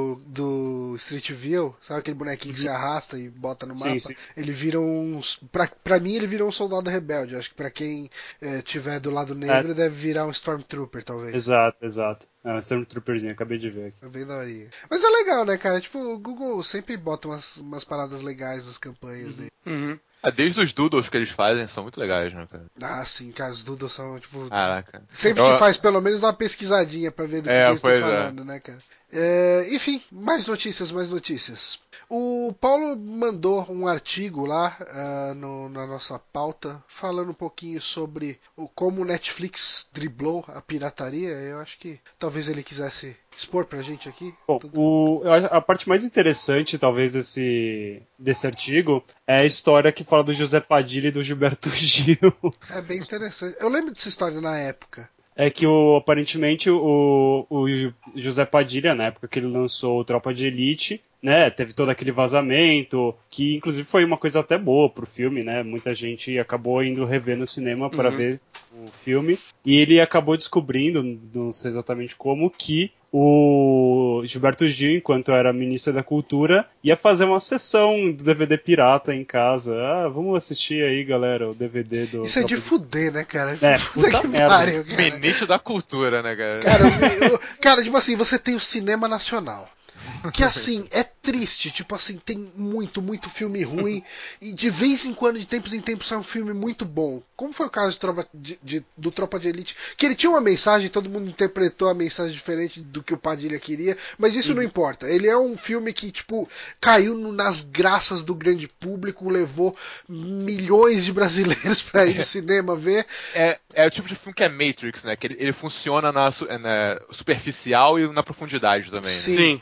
do Street View, sabe aquele bonequinho que você arrasta e bota no mapa? Sim. Ele vira pra mim ele virou um soldado rebelde. Acho que pra quem tiver do lado negro deve virar um Stormtrooper, talvez. Exato. É um Stormtrooperzinho, acabei de ver aqui. É bem daorinha. Mas é legal, né, cara? Tipo, o Google sempre bota umas paradas legais nas campanhas dele. Desde os doodles que eles fazem são muito legais, né, cara? Ah, sim, cara, os doodles são, tipo... Caraca. Sempre te faz pelo menos uma pesquisadinha pra ver do que eles estão falando, né, cara? Enfim, mais notícias. O Paulo mandou um artigo lá na nossa pauta falando um pouquinho sobre como o Netflix driblou a pirataria. Eu acho que talvez ele quisesse expor pra gente aqui. Bom, a parte mais interessante, talvez, desse artigo é a história que fala do José Padilha e do Gilberto Gil. É bem interessante. Eu lembro dessa história na época. É que aparentemente o José Padilha, na época que ele lançou o Tropa de Elite, né, teve todo aquele vazamento, que inclusive foi uma coisa até boa pro filme, né? Muita gente acabou indo rever no cinema para ver o filme, e ele acabou descobrindo, não sei exatamente como, que o Gilberto Gil, enquanto era ministro da Cultura, ia fazer uma sessão do DVD pirata em casa. Vamos assistir aí, galera, o DVD do... Isso é de fuder, né, cara? Puta merda. Ministro da Cultura, né, cara? Cara, tipo assim, você tem o cinema nacional. Que assim, é triste, tipo assim, tem muito filme ruim e de vez em quando, de tempos em tempos, sai um filme muito bom. Como foi o caso do Tropa de Elite, que ele tinha uma mensagem, todo mundo interpretou a mensagem diferente do que o Padilha queria, mas isso não importa. Ele é um filme que, tipo, caiu nas graças do grande público, levou milhões de brasileiros pra ir no cinema ver. É o tipo de filme que é Matrix, né? Que ele funciona na superficial e na profundidade também. Sim.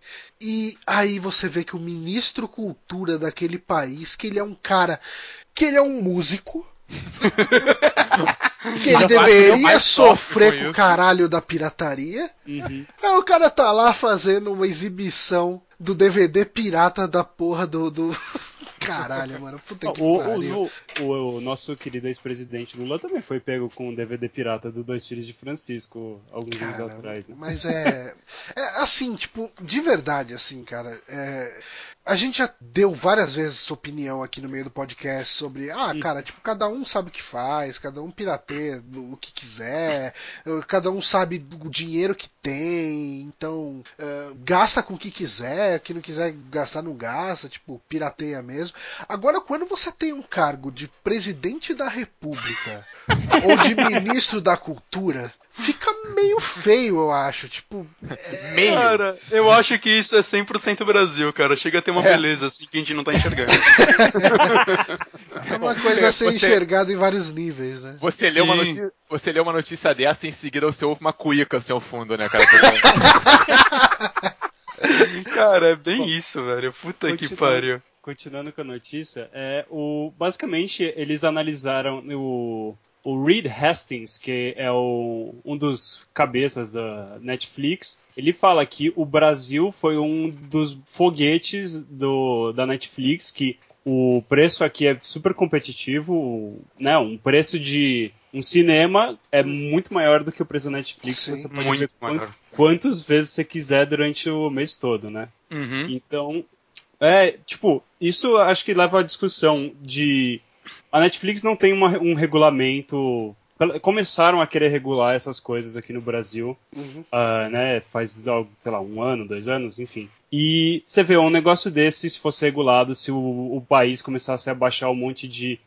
E aí você vê que o ministro cultura daquele país, que ele é um cara, que ele é um músico, Que ele Eu acho que eu deveria mais sofrer sofro com com o isso. caralho da pirataria. Uhum. Aí o cara tá lá fazendo uma exibição do DVD pirata da porra do... Caralho, mano. Puta que pariu. O nosso querido ex-presidente Lula também foi pego com um DVD pirata do Dois Filhos de Francisco alguns anos Cara, atrás, né? mas é assim, tipo, de verdade, assim, cara. A gente já deu várias vezes sua opinião aqui no meio do podcast sobre, cara, tipo, cada um sabe o que faz, cada um pirateia o que quiser, cada um sabe o dinheiro que tem, então gasta com o que quiser, que não quiser gastar não gasta, tipo, pirateia mesmo. Agora, quando você tem um cargo de presidente da República ou de ministro da Cultura, fica meio feio, eu acho. Tipo, Meio. Cara, eu acho que isso é 100% Brasil, cara. Chega a ter uma beleza assim que a gente não tá enxergando. é uma coisa a ser Você- enxergada em vários níveis, né? Você Sim. lê uma notícia dessa e em seguida você ouve uma cuíca assim ao fundo, né, cara? Cara, é bem isso, velho. Puta que Continuando- pariu. Continuando com a notícia, basicamente eles analisaram o Reed Hastings, que é um dos cabeças da Netflix. Ele fala que o Brasil foi um dos foguetes da Netflix, que o preço aqui é super competitivo, né? Um preço de um cinema é muito maior do que o preço da Netflix. Sim, Você pode muito ver maior. quantas vezes você quiser durante o mês todo, né? Uhum. Então, isso acho que leva à discussão de... A Netflix não tem um regulamento... Começaram a querer regular essas coisas aqui no Brasil, Uhum. né? Faz, sei lá, 1 ano, 2 anos, enfim. E você vê, um negócio desse, se fosse regulado, se o país começasse a baixar um monte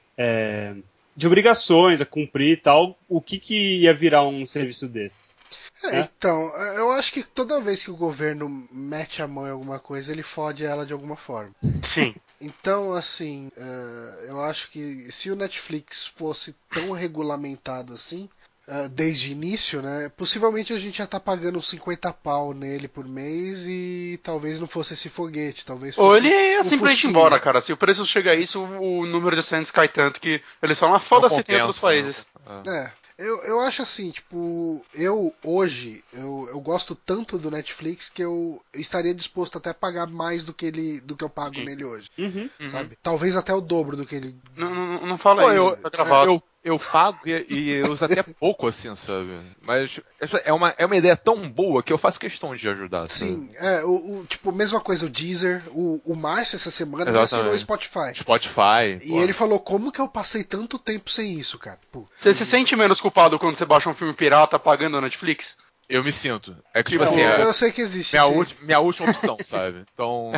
de obrigações a cumprir e tal, o que ia virar um serviço desses? Então, eu acho que toda vez que o governo mete a mão em alguma coisa, ele fode ela de alguma forma. Sim. Então, assim, eu acho que se o Netflix fosse tão regulamentado assim, desde o início, né, possivelmente a gente já tá pagando uns 50 pau nele por mês e talvez não fosse esse foguete, talvez Ou fosse ele ia um simplesmente Fusquinha. embora, cara. Se o preço chega a isso, o número de assinantes cai tanto que eles falam, Não foda-se, tem outros compensa, países. né? Eu acho assim, tipo, eu gosto tanto do Netflix que eu estaria disposto até a pagar mais do que eu pago Sim. nele hoje, Uhum. sabe? Talvez até o dobro do que ele. Não fala Pô, isso, tá gravado. eu pago e eu uso até pouco, assim, sabe? Mas é uma ideia tão boa que eu faço questão de ajudar, sabe? Sim, tipo, mesma coisa, o Deezer, o Márcio essa semana ele assinou o Exatamente. Spotify. Spotify, E pô. ele falou, como que eu passei tanto tempo sem isso, cara? Pô, Você se sente menos culpado quando você baixa um filme pirata pagando a Netflix? Eu me sinto. É que, tipo Tipo, assim, eu sei que existe esse. minha última opção, sabe? Então.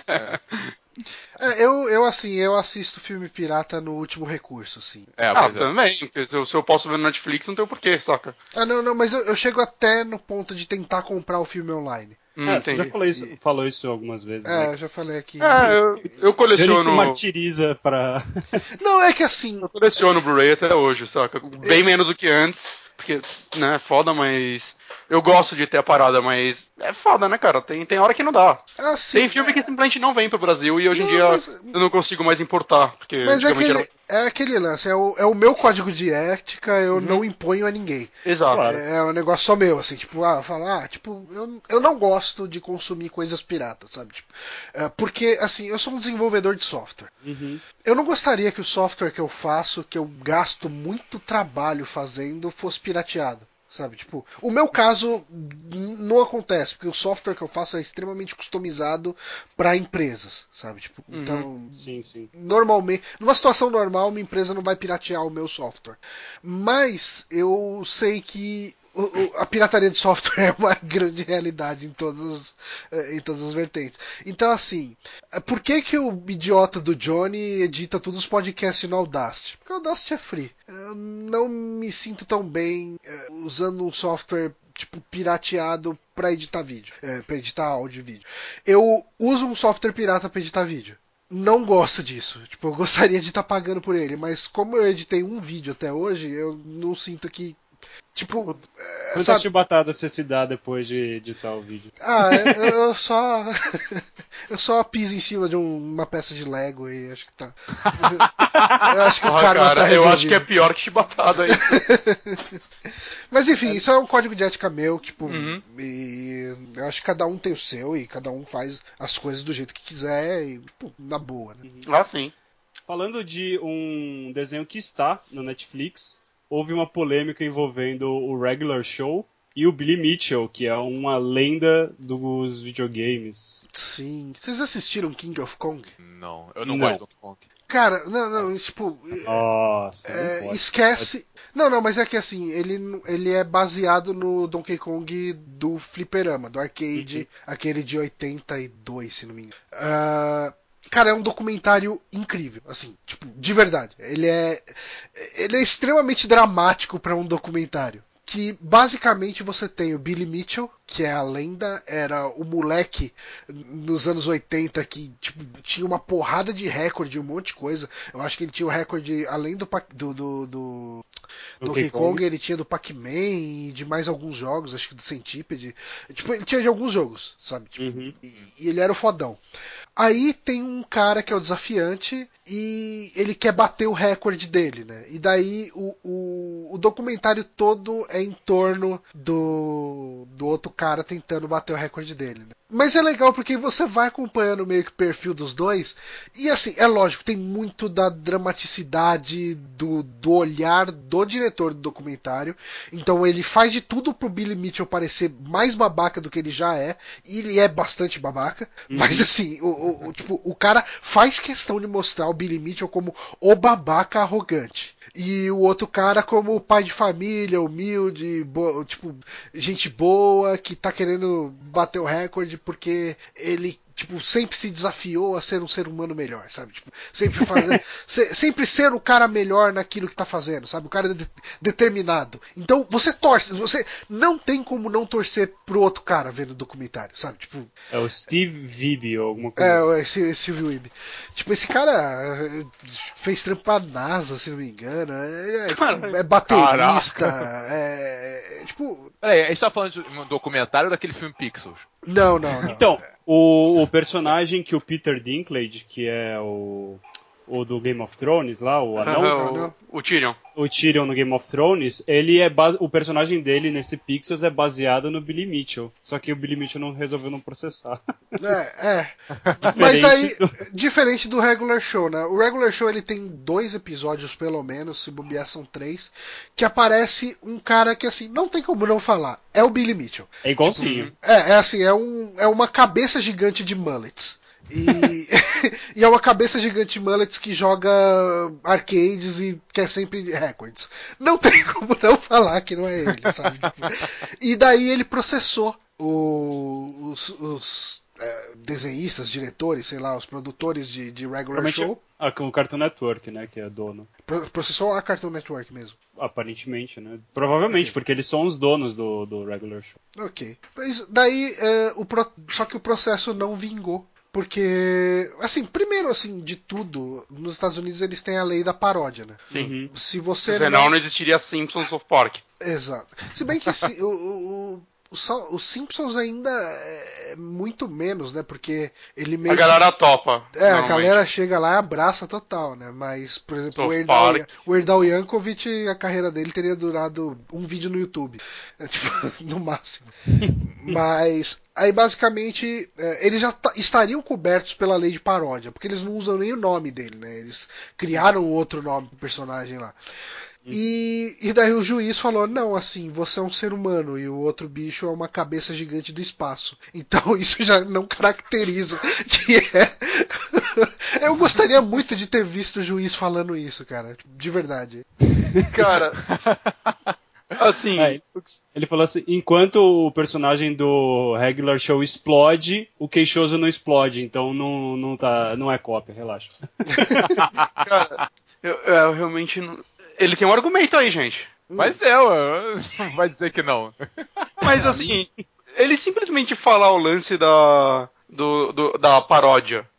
Eu assisto filme pirata no último recurso, assim. Pois é. também. Porque se eu posso ver no Netflix, não tem o porquê, saca? Não, mas eu chego até no ponto de tentar comprar o filme online. Você já Entendi. falou isso algumas vezes, né? Eu já falei aqui. Eu Ele se coleciono. martiriza pra... Não, é que assim, Eu coleciono Blu-ray até hoje, saca? Bem menos do que antes, porque, né, é foda, mas. Eu gosto de ter a parada, mas é foda, né, cara? Tem hora que não dá. assim, Tem filme que simplesmente não vem pro Brasil e hoje em não, dia mas, eu não consigo mais importar, porque mas antigamente era. é aquele lance, é o meu código de ética, eu Uhum. não imponho a ninguém. Exato. Claro. É um negócio só meu, assim, tipo, eu não gosto de consumir coisas piratas, sabe? Tipo, porque, assim, eu sou um desenvolvedor de software. Uhum. Eu não gostaria que o software que eu faço, que eu gasto muito trabalho fazendo, fosse pirateado. Sabe, tipo, o meu caso não acontece, porque o software que eu faço é extremamente customizado para empresas, sabe? Tipo, então, Sim, sim. normalmente, numa situação normal, uma empresa não vai piratear o meu software. Mas eu sei que a pirataria de software é uma grande realidade em todas as vertentes. Então, assim, por que o idiota do Johnny edita todos os podcasts no Audacity? Porque o Audacity é free. Eu não me sinto tão bem usando um software tipo pirateado para editar vídeo, para editar áudio e vídeo. Eu uso um software pirata para editar vídeo. Não gosto disso. Tipo, eu gostaria de estar pagando por ele, mas como eu editei um vídeo até hoje, eu não sinto que Tipo, Quantas chibatadas você se dá depois de editar o vídeo? Eu só. Eu só piso em cima de uma peça de Lego e acho que tá. Eu acho que o karma tá resolvido. Eu acho que é pior que chibatada aí. Mas enfim, isso é um código de ética meu, tipo, e eu acho que cada um tem o seu e cada um faz as coisas do jeito que quiser e, tipo, na boa, né? Ah, sim. Falando de um desenho que está no Netflix, houve uma polêmica envolvendo o Regular Show e o Billy Mitchell, que é uma lenda dos videogames. Sim. Vocês assistiram King of Kong? Não, eu não gosto de Donkey Kong. Cara, não, Nossa, tipo. Nossa, não pode. Esquece. Não, mas é que assim, ele é baseado no Donkey Kong do Fliperama, do arcade, aquele de 82, se não me engano. Cara, é um documentário incrível, assim, tipo, de verdade. Ele é extremamente dramático pra um documentário. Que basicamente você tem o Billy Mitchell, que é a lenda, era o moleque nos anos 80 que tipo, tinha uma porrada de recorde, um monte de coisa. Eu acho que ele tinha o recorde, além do Donkey Kong, ele tinha do Pac-Man e de mais alguns jogos, acho que do Centipede. Tipo, ele tinha de alguns jogos, sabe? Tipo, e ele era o fodão. Aí tem um cara que é o desafiante e ele quer bater o recorde dele, né? E daí o documentário todo é em torno do outro cara tentando bater o recorde dele, né? Mas é legal porque você vai acompanhando meio que o perfil dos dois e assim, é lógico, tem muito da dramaticidade do olhar do diretor do documentário. Então ele faz de tudo pro Billy Mitchell parecer mais babaca do que ele já é, e ele é bastante babaca, mas assim, tipo, o cara faz questão de mostrar o Billy Mitchell como o babaca arrogante. E o outro cara como pai de família, humilde, tipo, gente boa, que tá querendo bater o recorde porque ele tipo, sempre se desafiou a ser um ser humano melhor, sabe? Tipo, sempre fazer, sempre ser o cara melhor naquilo que tá fazendo, sabe? O cara é determinado. Então, você torce, você não tem como não torcer pro outro cara vendo o documentário, sabe? Tipo, é o Steve Wiebe ou alguma coisa assim. esse Steve Wiebe. Tipo, esse cara fez trampo pra NASA, se não me engano. É baterista. Tipo. Peraí, a gente tá falando de um documentário daquele filme Pixels. Não. Então, o personagem que o Peter Dinklage, que é o do Game of Thrones lá, o anão, o Tyrion. O Tyrion no Game of Thrones, ele o personagem dele nesse Pixels é baseado no Billy Mitchell. Só que o Billy Mitchell não resolveu não processar. Mas aí, diferente do Regular Show, né? O Regular Show ele tem 2 episódios, pelo menos, se bobear são 3, que aparece um cara que, assim, não tem como não falar. É o Billy Mitchell. É igualzinho. Tipo, assim, é uma cabeça gigante de mullets. E é uma cabeça gigante de mullets que joga arcades e quer sempre recordes. Não tem como não falar que não é ele, sabe? E daí ele processou os desenhistas, diretores, sei lá, os produtores de Regular Show. O Cartoon Network, né, que é dono. Processou a Cartoon Network mesmo. Aparentemente, né? Provavelmente, porque eles são os donos do Regular Show. Ok. Mas daí, só que o processo não vingou. Porque, assim, primeiro, assim, de tudo, nos Estados Unidos eles têm a lei da paródia, né? Sim. Se você Senão não existiria Simpsons of Park. Exato. Se bem que assim, os Simpsons ainda é muito menos, né? Porque ele meio A galera topa. a galera chega lá e abraça total, né? Mas, por exemplo, o Weird Yankovic, a carreira dele teria durado um vídeo no YouTube. Tipo, no máximo. Mas, aí basicamente, eles já estariam cobertos pela lei de paródia, porque eles não usam nem o nome dele, né? Eles criaram outro nome pro personagem lá. E daí o juiz falou, não, assim, você é um ser humano e o outro bicho é uma cabeça gigante do espaço. Então isso já não caracteriza que é... Eu gostaria muito de ter visto o juiz falando isso, cara. De verdade. Cara... Assim... ele falou assim, enquanto o personagem do Regular Show explode, o queixoso não explode, então não é cópia, relaxa. Cara, eu realmente não... Ele tem um argumento aí, gente. Mas vai dizer que não. Mas assim, ele simplesmente falar o lance da paródia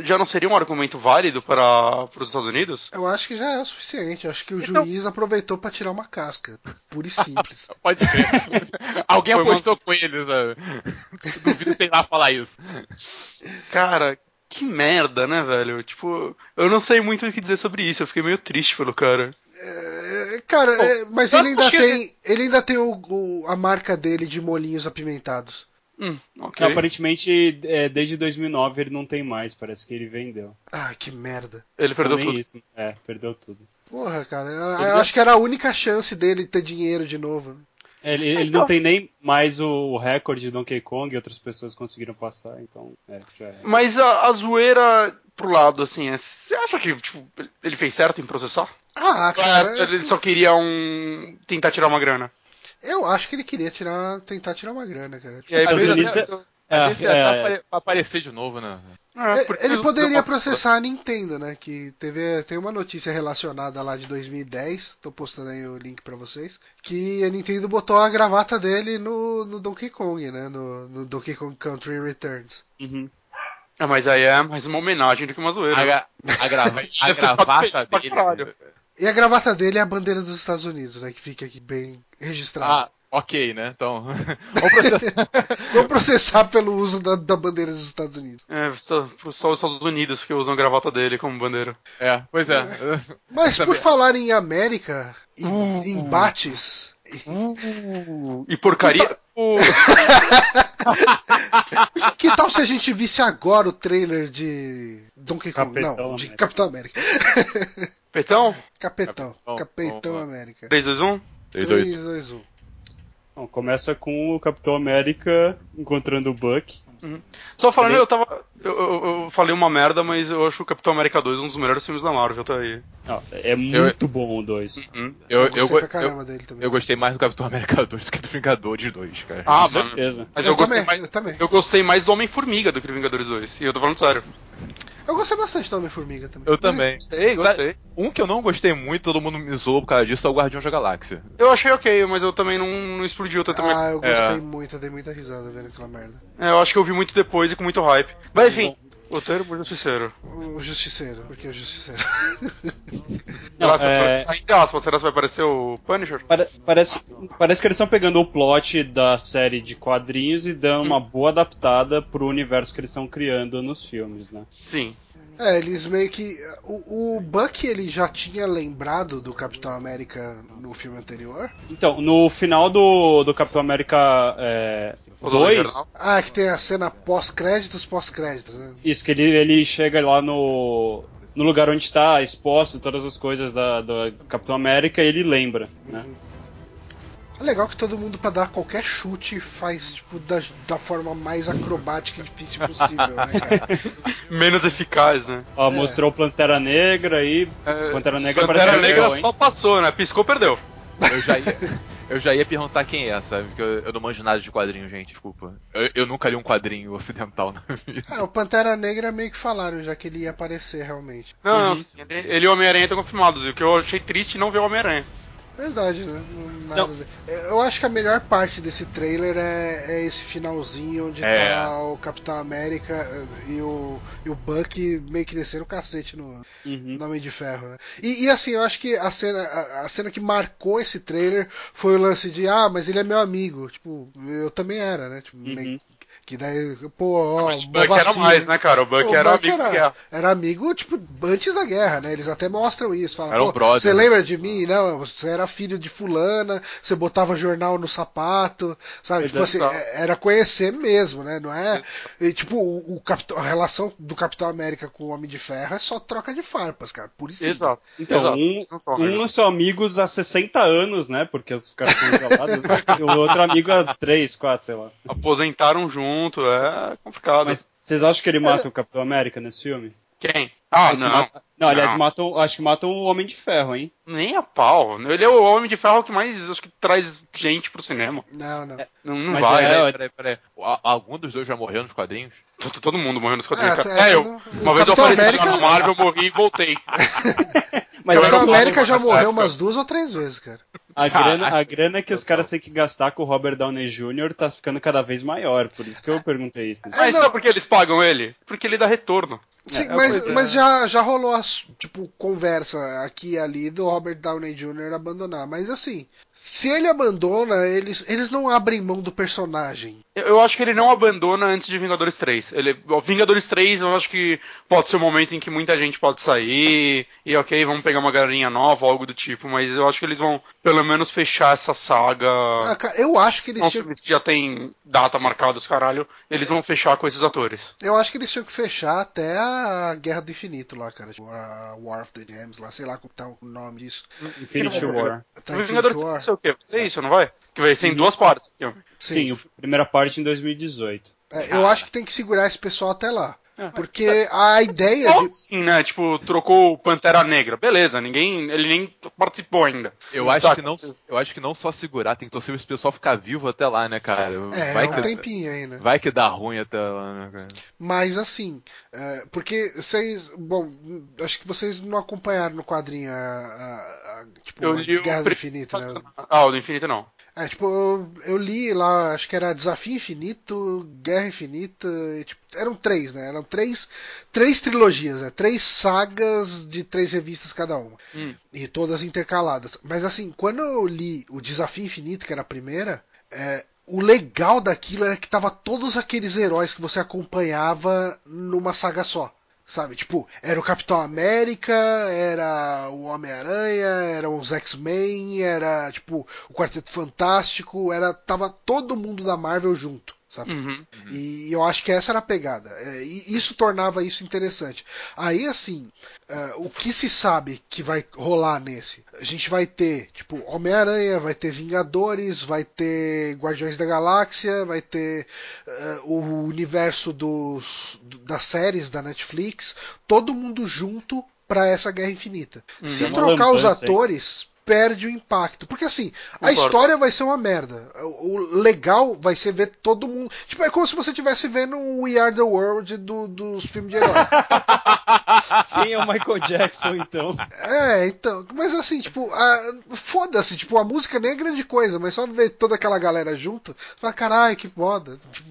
já não seria um argumento válido para os Estados Unidos? Eu acho que já é o suficiente. Eu acho que o juiz aproveitou pra tirar uma casca. Pura e simples. Pode crer. Alguém Foi apostou com ele, sabe? Duvido sei lá falar isso. Cara, que merda, né, velho? Tipo, eu não sei muito o que dizer sobre isso. Eu fiquei meio triste pelo cara. Cara, mas eu ele ainda acho que tem. Ele ainda tem a marca dele de molhinhos apimentados. Ok. Aparentemente, desde 2009 ele não tem mais, parece que ele vendeu. Ah, que merda. Ele perdeu Nem tudo. isso. Perdeu tudo. Porra, cara, eu acho que era a única chance dele ter dinheiro de novo. Né? Ele não tem nem mais o recorde de Donkey Kong e outras pessoas conseguiram passar, então já é. Mas a zoeira pro lado, assim, você acha que tipo, ele fez certo em processar? Ah, Ou cara, ele só queria tentar tirar uma grana? eu acho que ele queria tentar tirar uma grana, cara. E aí, Às fez vezes Às vezes pra aparecer de novo, né? Ele poderia processar a Nintendo, né? Que tem uma notícia relacionada lá de 2010, tô postando aí o link pra vocês, que a Nintendo botou a gravata dele no Donkey Kong, né? No Donkey Kong Country Returns. Uhum. Mas aí é mais uma homenagem do que uma zoeira. A gravata dele. E a gravata dele é a bandeira dos Estados Unidos, né? Que fica aqui bem registrado. Ok, né? Então, vamos processar. Vamos processar pelo uso da bandeira dos Estados Unidos. Só os Estados Unidos que usam a gravata dele como bandeira. Pois é. Mas por falar em América, embates... E porcaria... Que tal se a gente visse agora o trailer de Donkey Kong? Não, de Capitão América. Petão? Capitão América. 3, 2, 1? 3, 2, 1. Bom, começa com o Capitão América encontrando o Buck. Só falando, eu falei uma merda, mas eu acho o Capitão América 2 um dos melhores filmes da Marvel, tá aí. É muito bom o 2. Eu gostei pra caramba dele também. Eu gostei mais do Capitão América 2 do que do Vingadores 2, cara. Com certeza. Mas eu também. Eu gostei mais do Homem-Formiga do que do Vingadores 2. E eu tô falando sério. Eu gostei bastante do Homem-Formiga também. Eu também. Gostei. Um que eu não gostei muito, todo mundo me zoou por causa disso, é o Guardião da Galáxia. Eu achei ok, mas eu também não explodiu tanto. Eu gostei muito, eu dei muita risada vendo aquela merda. Eu acho que eu vi muito depois e com muito hype. Mas enfim, Roteiro por Justiceiro. O Justiceiro, porque é o Justiceiro. Entre aspas, será que vai aparecer o Punisher? Parece que eles estão pegando o plot da série de quadrinhos e dando uma boa adaptada pro universo que eles estão criando nos filmes, né? Sim. Eles meio que... O Buck, ele já tinha lembrado do Capitão América no filme anterior? Então, no final do Capitão América 2... que tem a cena pós-créditos, né? Isso, que ele chega lá no lugar onde está exposto todas as coisas do Capitão América e ele lembra, né? É legal que todo mundo, pra dar qualquer chute, faz tipo da forma mais acrobática e difícil possível, né, cara? Menos eficaz, né? Mostrou Pantera Negra aí. Pantera Negra só passou, né? Piscou, perdeu. Eu já ia perguntar quem é, sabe? Porque eu não manjo nada de quadrinho, gente, desculpa. Eu nunca li um quadrinho ocidental na vida. O Pantera Negra meio que falaram já que ele ia aparecer realmente. Não, ele e o Homem-Aranha estão confirmados. E o que eu achei triste não ver o Homem-Aranha. Verdade, né? Eu acho que a melhor parte desse trailer é esse finalzinho onde tá o Capitão América e o Buck meio que descendo o cacete no Homem de Ferro, né? E assim, eu acho que a cena que marcou esse trailer foi o lance de, mas ele é meu amigo. Tipo, eu também era, né? Tipo, meio que daí, o Buck era mais, né, cara? O Buck era amigo da guerra. Era amigo, tipo, antes da guerra, né? Eles até mostram isso. Falam, você lembra de mim? Não, você era filho de fulana, você botava jornal no sapato, sabe? Tipo assim, era conhecer mesmo, né? Não é... E, tipo, a relação do Capitão América com o Homem de Ferro é só troca de farpas, cara. Por isso. Exato. Então, um são amigos há 60 anos, né? Porque os caras são isolados. E o outro amigo há 3, 4, sei lá. Aposentaram junto, é complicado. Mas vocês acham que ele mata o Capitão América nesse filme? Quem? Não, aliás, acho que matam o Homem de Ferro, hein? Nem a pau. Ele é o Homem de Ferro que mais, acho que traz gente pro cinema. Não. Não vai. Peraí. Algum dos dois já morreu nos quadrinhos? Todo mundo morreu nos quadrinhos. Uma vez eu apareci na Marvel, eu morri e voltei. Mas o Capitão América já morreu umas 2 ou 3 vezes, cara. A grana que os caras têm que gastar com o Robert Downey Jr. tá ficando cada vez maior, por isso que eu perguntei isso. Mas sabe por que eles pagam ele? Porque ele dá retorno. Sim, mas já rolou tipo, conversa aqui e ali do Robert Downey Jr. abandonar. Mas assim, se ele abandona, eles não abrem mão do personagem. Eu acho que ele não abandona antes de Vingadores 3. Vingadores 3 eu acho que pode ser o momento em que muita gente pode sair, e ok, vamos pegar uma galerinha nova, algo do tipo, mas eu acho que eles vão pelo menos fechar essa saga. Cara, eu acho que eles filmes que já tem data marcada, os caralho, eles vão fechar com esses atores. Eu acho que eles tinham que fechar até a Guerra do Infinito lá, cara. Tipo, a War of the Gems lá, sei lá como tá o nome disso. Infinity War. Tá, Vingadores não sei o quê, vai ser isso, não vai? Que vai ser em duas partes o filme. Sim, a primeira parte em 2018. Eu acho que tem que segurar esse pessoal até lá. Porque a ideia de... Sim, né? Tipo, trocou o Pantera Negra. Beleza, ele nem participou ainda. Eu acho que não só segurar, tem que torcer pra esse pessoal ficar vivo até lá, né, cara? Tempinho ainda. Vai que dá ruim até lá, né, cara? Mas assim, porque vocês... Bom, acho que vocês não acompanharam no quadrinho tipo, eu li Guerra do Infinito, né? O do Infinito não. Tipo, eu li lá, acho que era Desafio Infinito, Guerra Infinita, tipo, eram 3, né? Eram três trilogias, né? 3 sagas de 3 revistas cada uma. E todas intercaladas. Mas assim, quando eu li o Desafio Infinito, que era a primeira, o legal daquilo era que tava todos aqueles heróis que você acompanhava numa saga só. Sabe, tipo, era o Capitão América, era o Homem-Aranha, eram os X-Men, era, tipo, o Quarteto Fantástico, tava todo mundo da Marvel junto, sabe? E eu acho que essa era a pegada. E isso tornava isso interessante. Aí, assim, o que se sabe que vai rolar nesse? A gente vai ter, tipo, Homem-Aranha, vai ter Vingadores, vai ter Guardiões da Galáxia, vai ter o universo das séries da Netflix, todo mundo junto pra essa Guerra Infinita. Se trocar os atores, perde o impacto. Porque assim, a história vai ser uma merda. O legal vai ser ver todo mundo. Tipo, é como se você estivesse vendo o We Are the World dos filmes de herói. Quem é o Michael Jackson, então? Então. Mas assim, tipo, foda-se, tipo, a música nem é grande coisa, mas só ver toda aquela galera junto, fala, caralho, que foda. Tipo,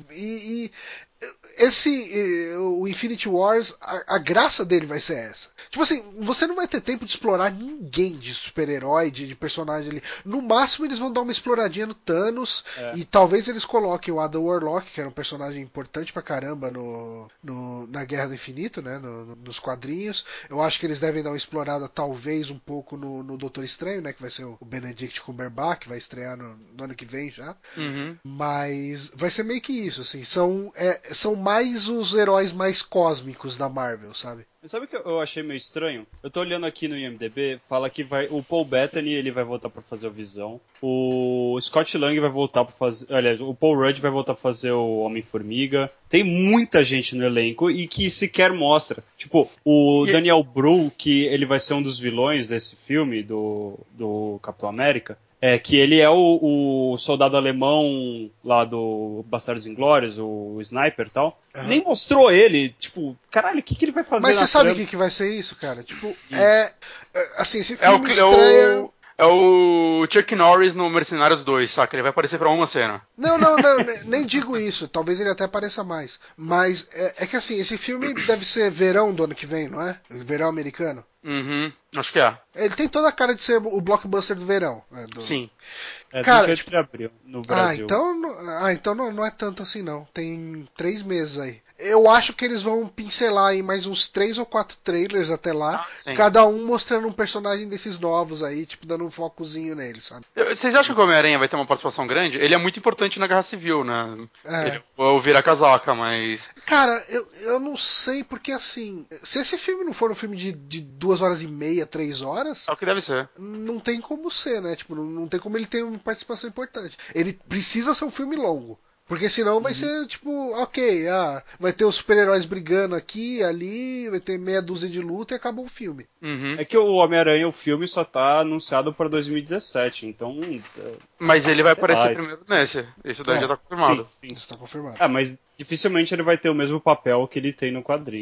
o Infinity Wars, a graça dele vai ser essa. Tipo assim, você não vai ter tempo de explorar ninguém de super-herói, de personagem ali. No máximo eles vão dar uma exploradinha no Thanos e talvez eles coloquem o Adam Warlock, que era um personagem importante pra caramba na Guerra do Infinito, né, nos quadrinhos. Eu acho que eles devem dar uma explorada talvez um pouco no Doutor Estranho, né, que vai ser o Benedict Cumberbatch, que vai estrear no ano que vem já. Mas vai ser meio que isso, assim, são mais os heróis mais cósmicos da Marvel, sabe? Sabe o que eu achei meio estranho? Eu tô olhando aqui no IMDb, fala que o Paul Bettany ele vai voltar pra fazer o Visão, o Scott Lang vai voltar pra fazer, aliás, o Paul Rudd vai voltar pra fazer o Homem-Formiga. Tem muita gente no elenco e que sequer mostra. Tipo, o Daniel Bru, que ele vai ser um dos vilões desse filme do Capitão América. Que ele é o soldado alemão lá do Bastardos Inglórios, o Sniper e tal. Nem mostrou ele, tipo, caralho, o que ele vai fazer? Mas você sabe o que vai ser isso, cara? Tipo, assim, esse filme estreia... É o Chuck Norris no Mercenários 2, saca? Ele vai aparecer pra uma cena. Não, nem digo isso. Talvez ele até apareça mais. Mas é que assim, esse filme deve ser verão do ano que vem, não é? Verão americano. Acho que é. Ele tem toda a cara de ser o blockbuster do verão. Né, Sim. Cara, 28 de abril, no Brasil. Então não é tanto assim não. Tem 3 meses aí. Eu acho que eles vão pincelar aí mais uns 3 ou 4 trailers até lá, cada um mostrando um personagem desses novos aí, tipo, dando um focozinho neles, sabe? Vocês acham que o Homem-Aranha vai ter uma participação grande? Ele é muito importante na Guerra Civil, né? Ele vai virar casaca, mas... Cara, eu não sei, porque assim, se esse filme não for um filme de 2 horas e meia, 3 horas... É o que deve ser. Não tem como ser, né? Tipo, não tem como ele ter uma participação importante. Ele precisa ser um filme longo. Porque senão vai ser tipo, ok, vai ter os super-heróis brigando aqui, ali, vai ter meia dúzia de luta e acabou o filme. É que o Homem-Aranha, o filme, só tá anunciado pra 2017, então... Mas ele vai aparecer primeiro nesse. Isso daí já tá confirmado. Sim. Isso tá confirmado. Mas dificilmente ele vai ter o mesmo papel que ele tem no quadrinho.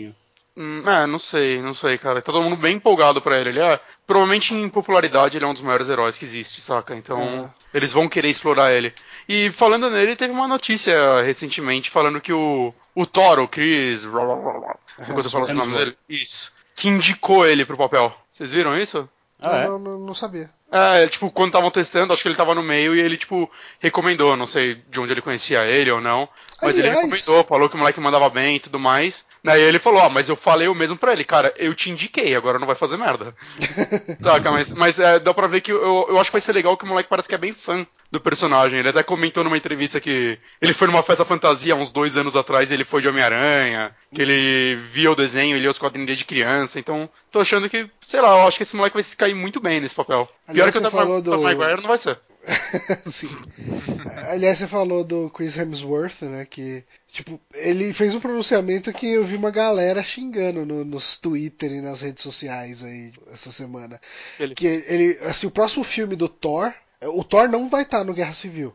Não sei, cara. Tá todo mundo bem empolgado pra ele. Ele é, provavelmente em popularidade, ele é um dos maiores heróis que existe, saca? Então, eles vão querer explorar ele. E falando nele, teve uma notícia recentemente falando que o Thor, o Chris, depois eu falo o nome dele, isso, que indicou ele pro papel. Vocês viram isso? Não sabia. Tipo, quando estavam testando, acho que ele tava no meio e ele, tipo, recomendou. Não sei de onde ele conhecia ele ou não. Mas ele recomendou, falou que o moleque mandava bem e tudo mais. Daí ele falou, mas eu falei o mesmo pra ele, cara, eu te indiquei, agora não vai fazer merda. Saca, mas dá pra ver que eu acho que vai ser legal que o moleque parece que é bem fã do personagem. Ele até comentou numa entrevista que ele foi numa festa fantasia há uns 2 anos atrás e ele foi de Homem-Aranha, que ele via o desenho, ele lia os quadrinhos desde criança, então tô achando que, sei lá, eu acho que esse moleque vai se cair muito bem nesse papel. Aliás, Pior que o Tobey Maguire não vai ser. Sim. Aliás, você falou do Chris Hemsworth, né? Que, tipo, ele fez um pronunciamento que eu vi uma galera xingando nos Twitter e nas redes sociais aí essa semana. Que ele, assim, o próximo filme do Thor. O Thor não vai estar no Guerra Civil.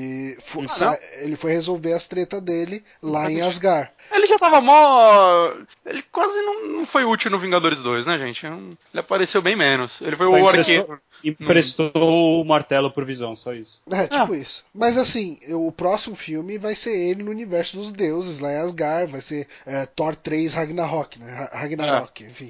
Ele foi resolver as tretas dele lá em Asgard. Ele já tava mó. Ele quase não foi útil no Vingadores 2, né, gente? Ele apareceu bem menos. Ele foi o arqueiro. Emprestou o martelo pro Visão, só isso. Isso. Mas assim, o próximo filme vai ser ele no universo dos deuses, lá em Asgard, vai ser Thor 3 Ragnarok, né? Ragnarok, enfim.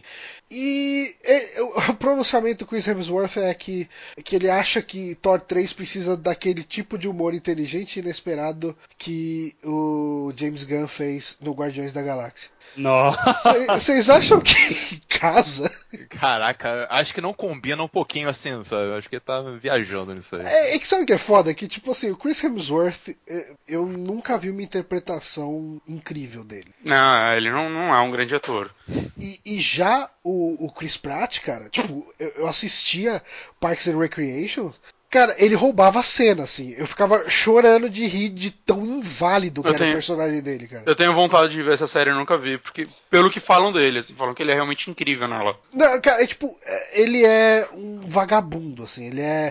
E o pronunciamento do Chris Hemsworth é que ele acha que Thor 3 precisa daquele tipo de humor inteligente e inesperado que o James Gunn fez no Guardiões da Galáxia. Nossa. Vocês acham que casa? Caraca, acho que não combina um pouquinho assim, sabe? Acho que ele tá viajando nisso aí. É que sabe o que é foda? Que, tipo assim, o Chris Hemsworth, eu nunca vi uma interpretação incrível dele. Não, ele não é um grande ator. E já o Chris Pratt, cara, tipo, eu assistia Parks and Recreation. Cara, ele roubava a cena, assim. Eu ficava chorando de rir de tão inválido que era o personagem dele, cara. Eu tenho vontade de ver essa série, eu nunca vi, porque pelo que falam dele, assim, falam que ele é realmente incrível nela. Não, cara, ele é um vagabundo, assim. Ele é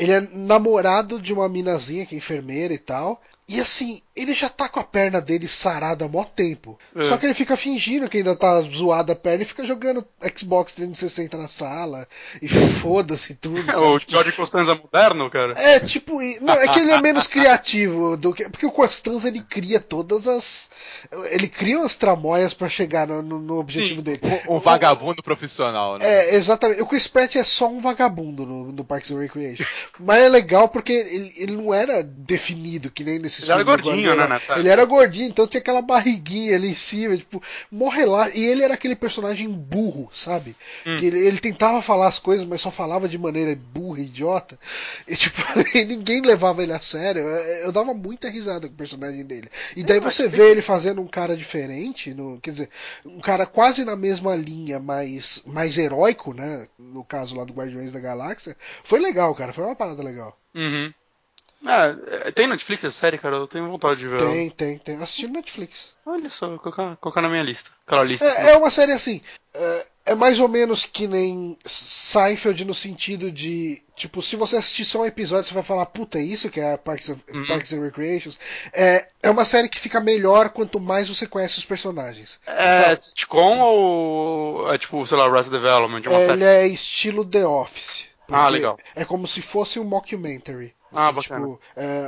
namorado de uma minazinha que é enfermeira e tal. E assim, ele já tá com a perna dele sarada há mó tempo. Só que ele fica fingindo que ainda tá zoada a perna e fica jogando Xbox 360 na sala. E foda-se tudo. Sabe? O George Costanza moderno, cara. Tipo. Não, é que ele é menos criativo do que. Porque o Costanza ele cria todas as. Ele cria umas tramóias pra chegar no objetivo dele. Um vagabundo profissional, né? Exatamente. O Chris Pratt é só um vagabundo no Parks and Recreation. Mas é legal porque ele não era definido, que nem nesse Ele era gordinho, né? Ele era gordinho, então tinha aquela barriguinha ali em cima, tipo, morre lá. E ele era aquele personagem burro, sabe? Que ele tentava falar as coisas, mas só falava de maneira burra e idiota. E tipo, e ninguém levava ele a sério. Eu dava muita risada com o personagem dele. E daí você vê ele fazendo um cara diferente, quer dizer, um cara quase na mesma linha, mais heróico, né? No caso lá do Guardiões da Galáxia. Foi legal, cara. Foi uma parada legal. Uhum. Tem Netflix essa série, cara? Eu tenho vontade de ver. Tem. Assisti no Netflix. Olha só, vou colocar na minha lista. Aquela lista. É uma série assim. É mais ou menos que nem Seinfeld no sentido de. Tipo, se você assistir só um episódio, você vai falar, puta, é isso que é Parks and Recreations. É uma série que fica melhor quanto mais você conhece os personagens. É sitcom ou é tipo, sei lá, Arrested Development? Ele é estilo The Office. Legal. É como se fosse um mockumentary. Bacana. Tipo,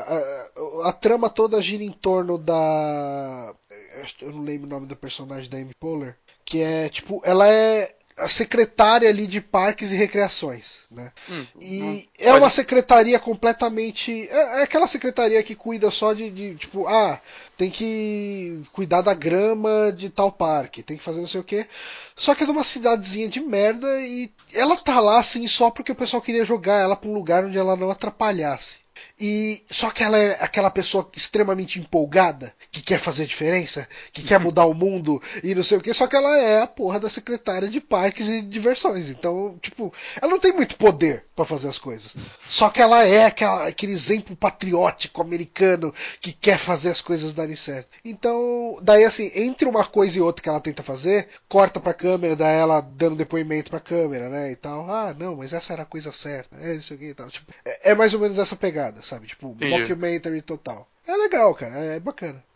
a trama toda gira em torno da. Eu não lembro o nome da personagem da Amy Poehler. Que é, tipo, ela é a secretária ali de parques e recreações, né? É uma secretaria completamente. É aquela secretaria que cuida só de tipo, tem que cuidar da grama de tal parque, tem que fazer não sei o quê. Só que é de uma cidadezinha de merda e ela tá lá assim só porque o pessoal queria jogar ela pra um lugar onde ela não atrapalhasse. Só que ela é aquela pessoa extremamente empolgada, que quer fazer diferença, que quer mudar o mundo e não sei o que, só que ela é a porra da secretária de parques e diversões. Então, tipo, ela não tem muito poder pra fazer as coisas. Só que ela é aquele exemplo patriótico americano que quer fazer as coisas darem certo. Então, daí assim, entre uma coisa e outra que ela tenta fazer, corta pra câmera, daí ela dando depoimento pra câmera, né, e tal. Não, mas essa era a coisa certa, não sei o que e tal. Tipo, é mais ou menos essa pegada, sabe? Tipo, mockumentary total. É legal, cara, é bacana.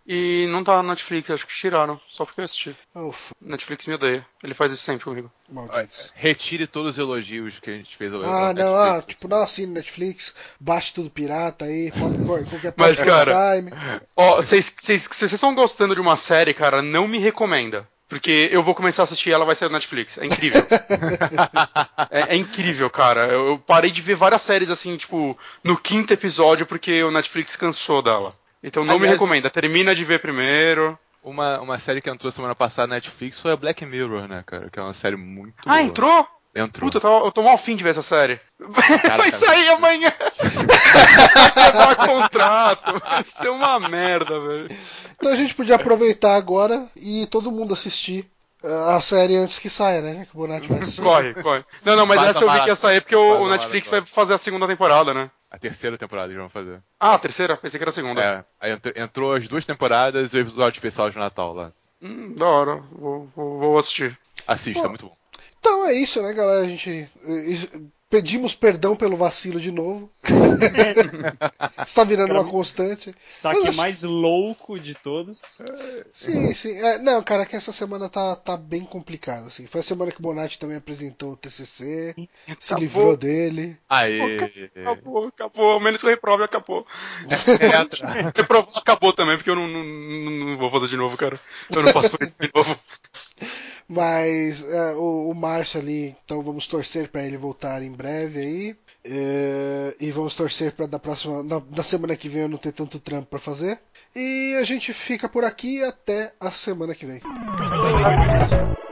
E não tá na Netflix, acho que tiraram, só porque eu assisti. Ufa, Netflix me odeia. Ele faz isso sempre comigo. malditos. Retire todos os elogios que a gente fez ao Ah, não, Netflix. tipo, não assine Netflix, baixe tudo pirata aí, qualquer Mas, Popcorn cara, Time. Ó, se vocês estão gostando de uma série, cara, não me recomenda. Porque eu vou começar a assistir ela, vai sair na Netflix. É incrível. É incrível, cara. Eu parei de ver várias séries assim, tipo, no 5º episódio, porque o Netflix cansou dela. Então não me Aliás, recomenda. Termina de ver primeiro. Uma série que entrou semana passada na Netflix foi a Black Mirror, né, cara? Que é uma série muito Ah, boa. entrou? Entrou. Puta, eu tô mal afim de ver essa série. Cara, Vai cara. sair amanhã. Vai quebrar contrato. Vai ser uma merda, velho. Então a gente podia aproveitar agora e todo mundo assistir a série antes que saia, né? Já que o Bonatti vai assistir. Corre. Não, mas Faz essa a eu vi que ia maratona. sair porque Faz o a Netflix maratona. vai fazer a 2ª temporada, né? A terceira temporada que vão fazer. Ah, a terceira? Pensei que era a segunda. É, aí entrou as 2 temporadas e o episódio especial de Natal lá. Da hora. Vou assistir. Assista, Pô, muito bom. Então é isso, né, galera? A gente pedimos perdão pelo vacilo de novo. Está virando Pra uma mim- constante. Saque Mas acho- mais louco de todos. Sim. Não, cara, que essa semana tá bem complicada, assim. Foi a semana que o Bonatti também apresentou o TCC, se livrou dele. Aê! Acabou. Menos que eu reprove, acabou. Reprovou, acabou também, porque eu não vou fazer de novo, cara. Eu não posso fazer de novo. Mas o Márcio ali, então vamos torcer para ele voltar em breve aí. E vamos torcer para da semana que vem eu não ter tanto trampo para fazer. E a gente fica por aqui até a semana que vem.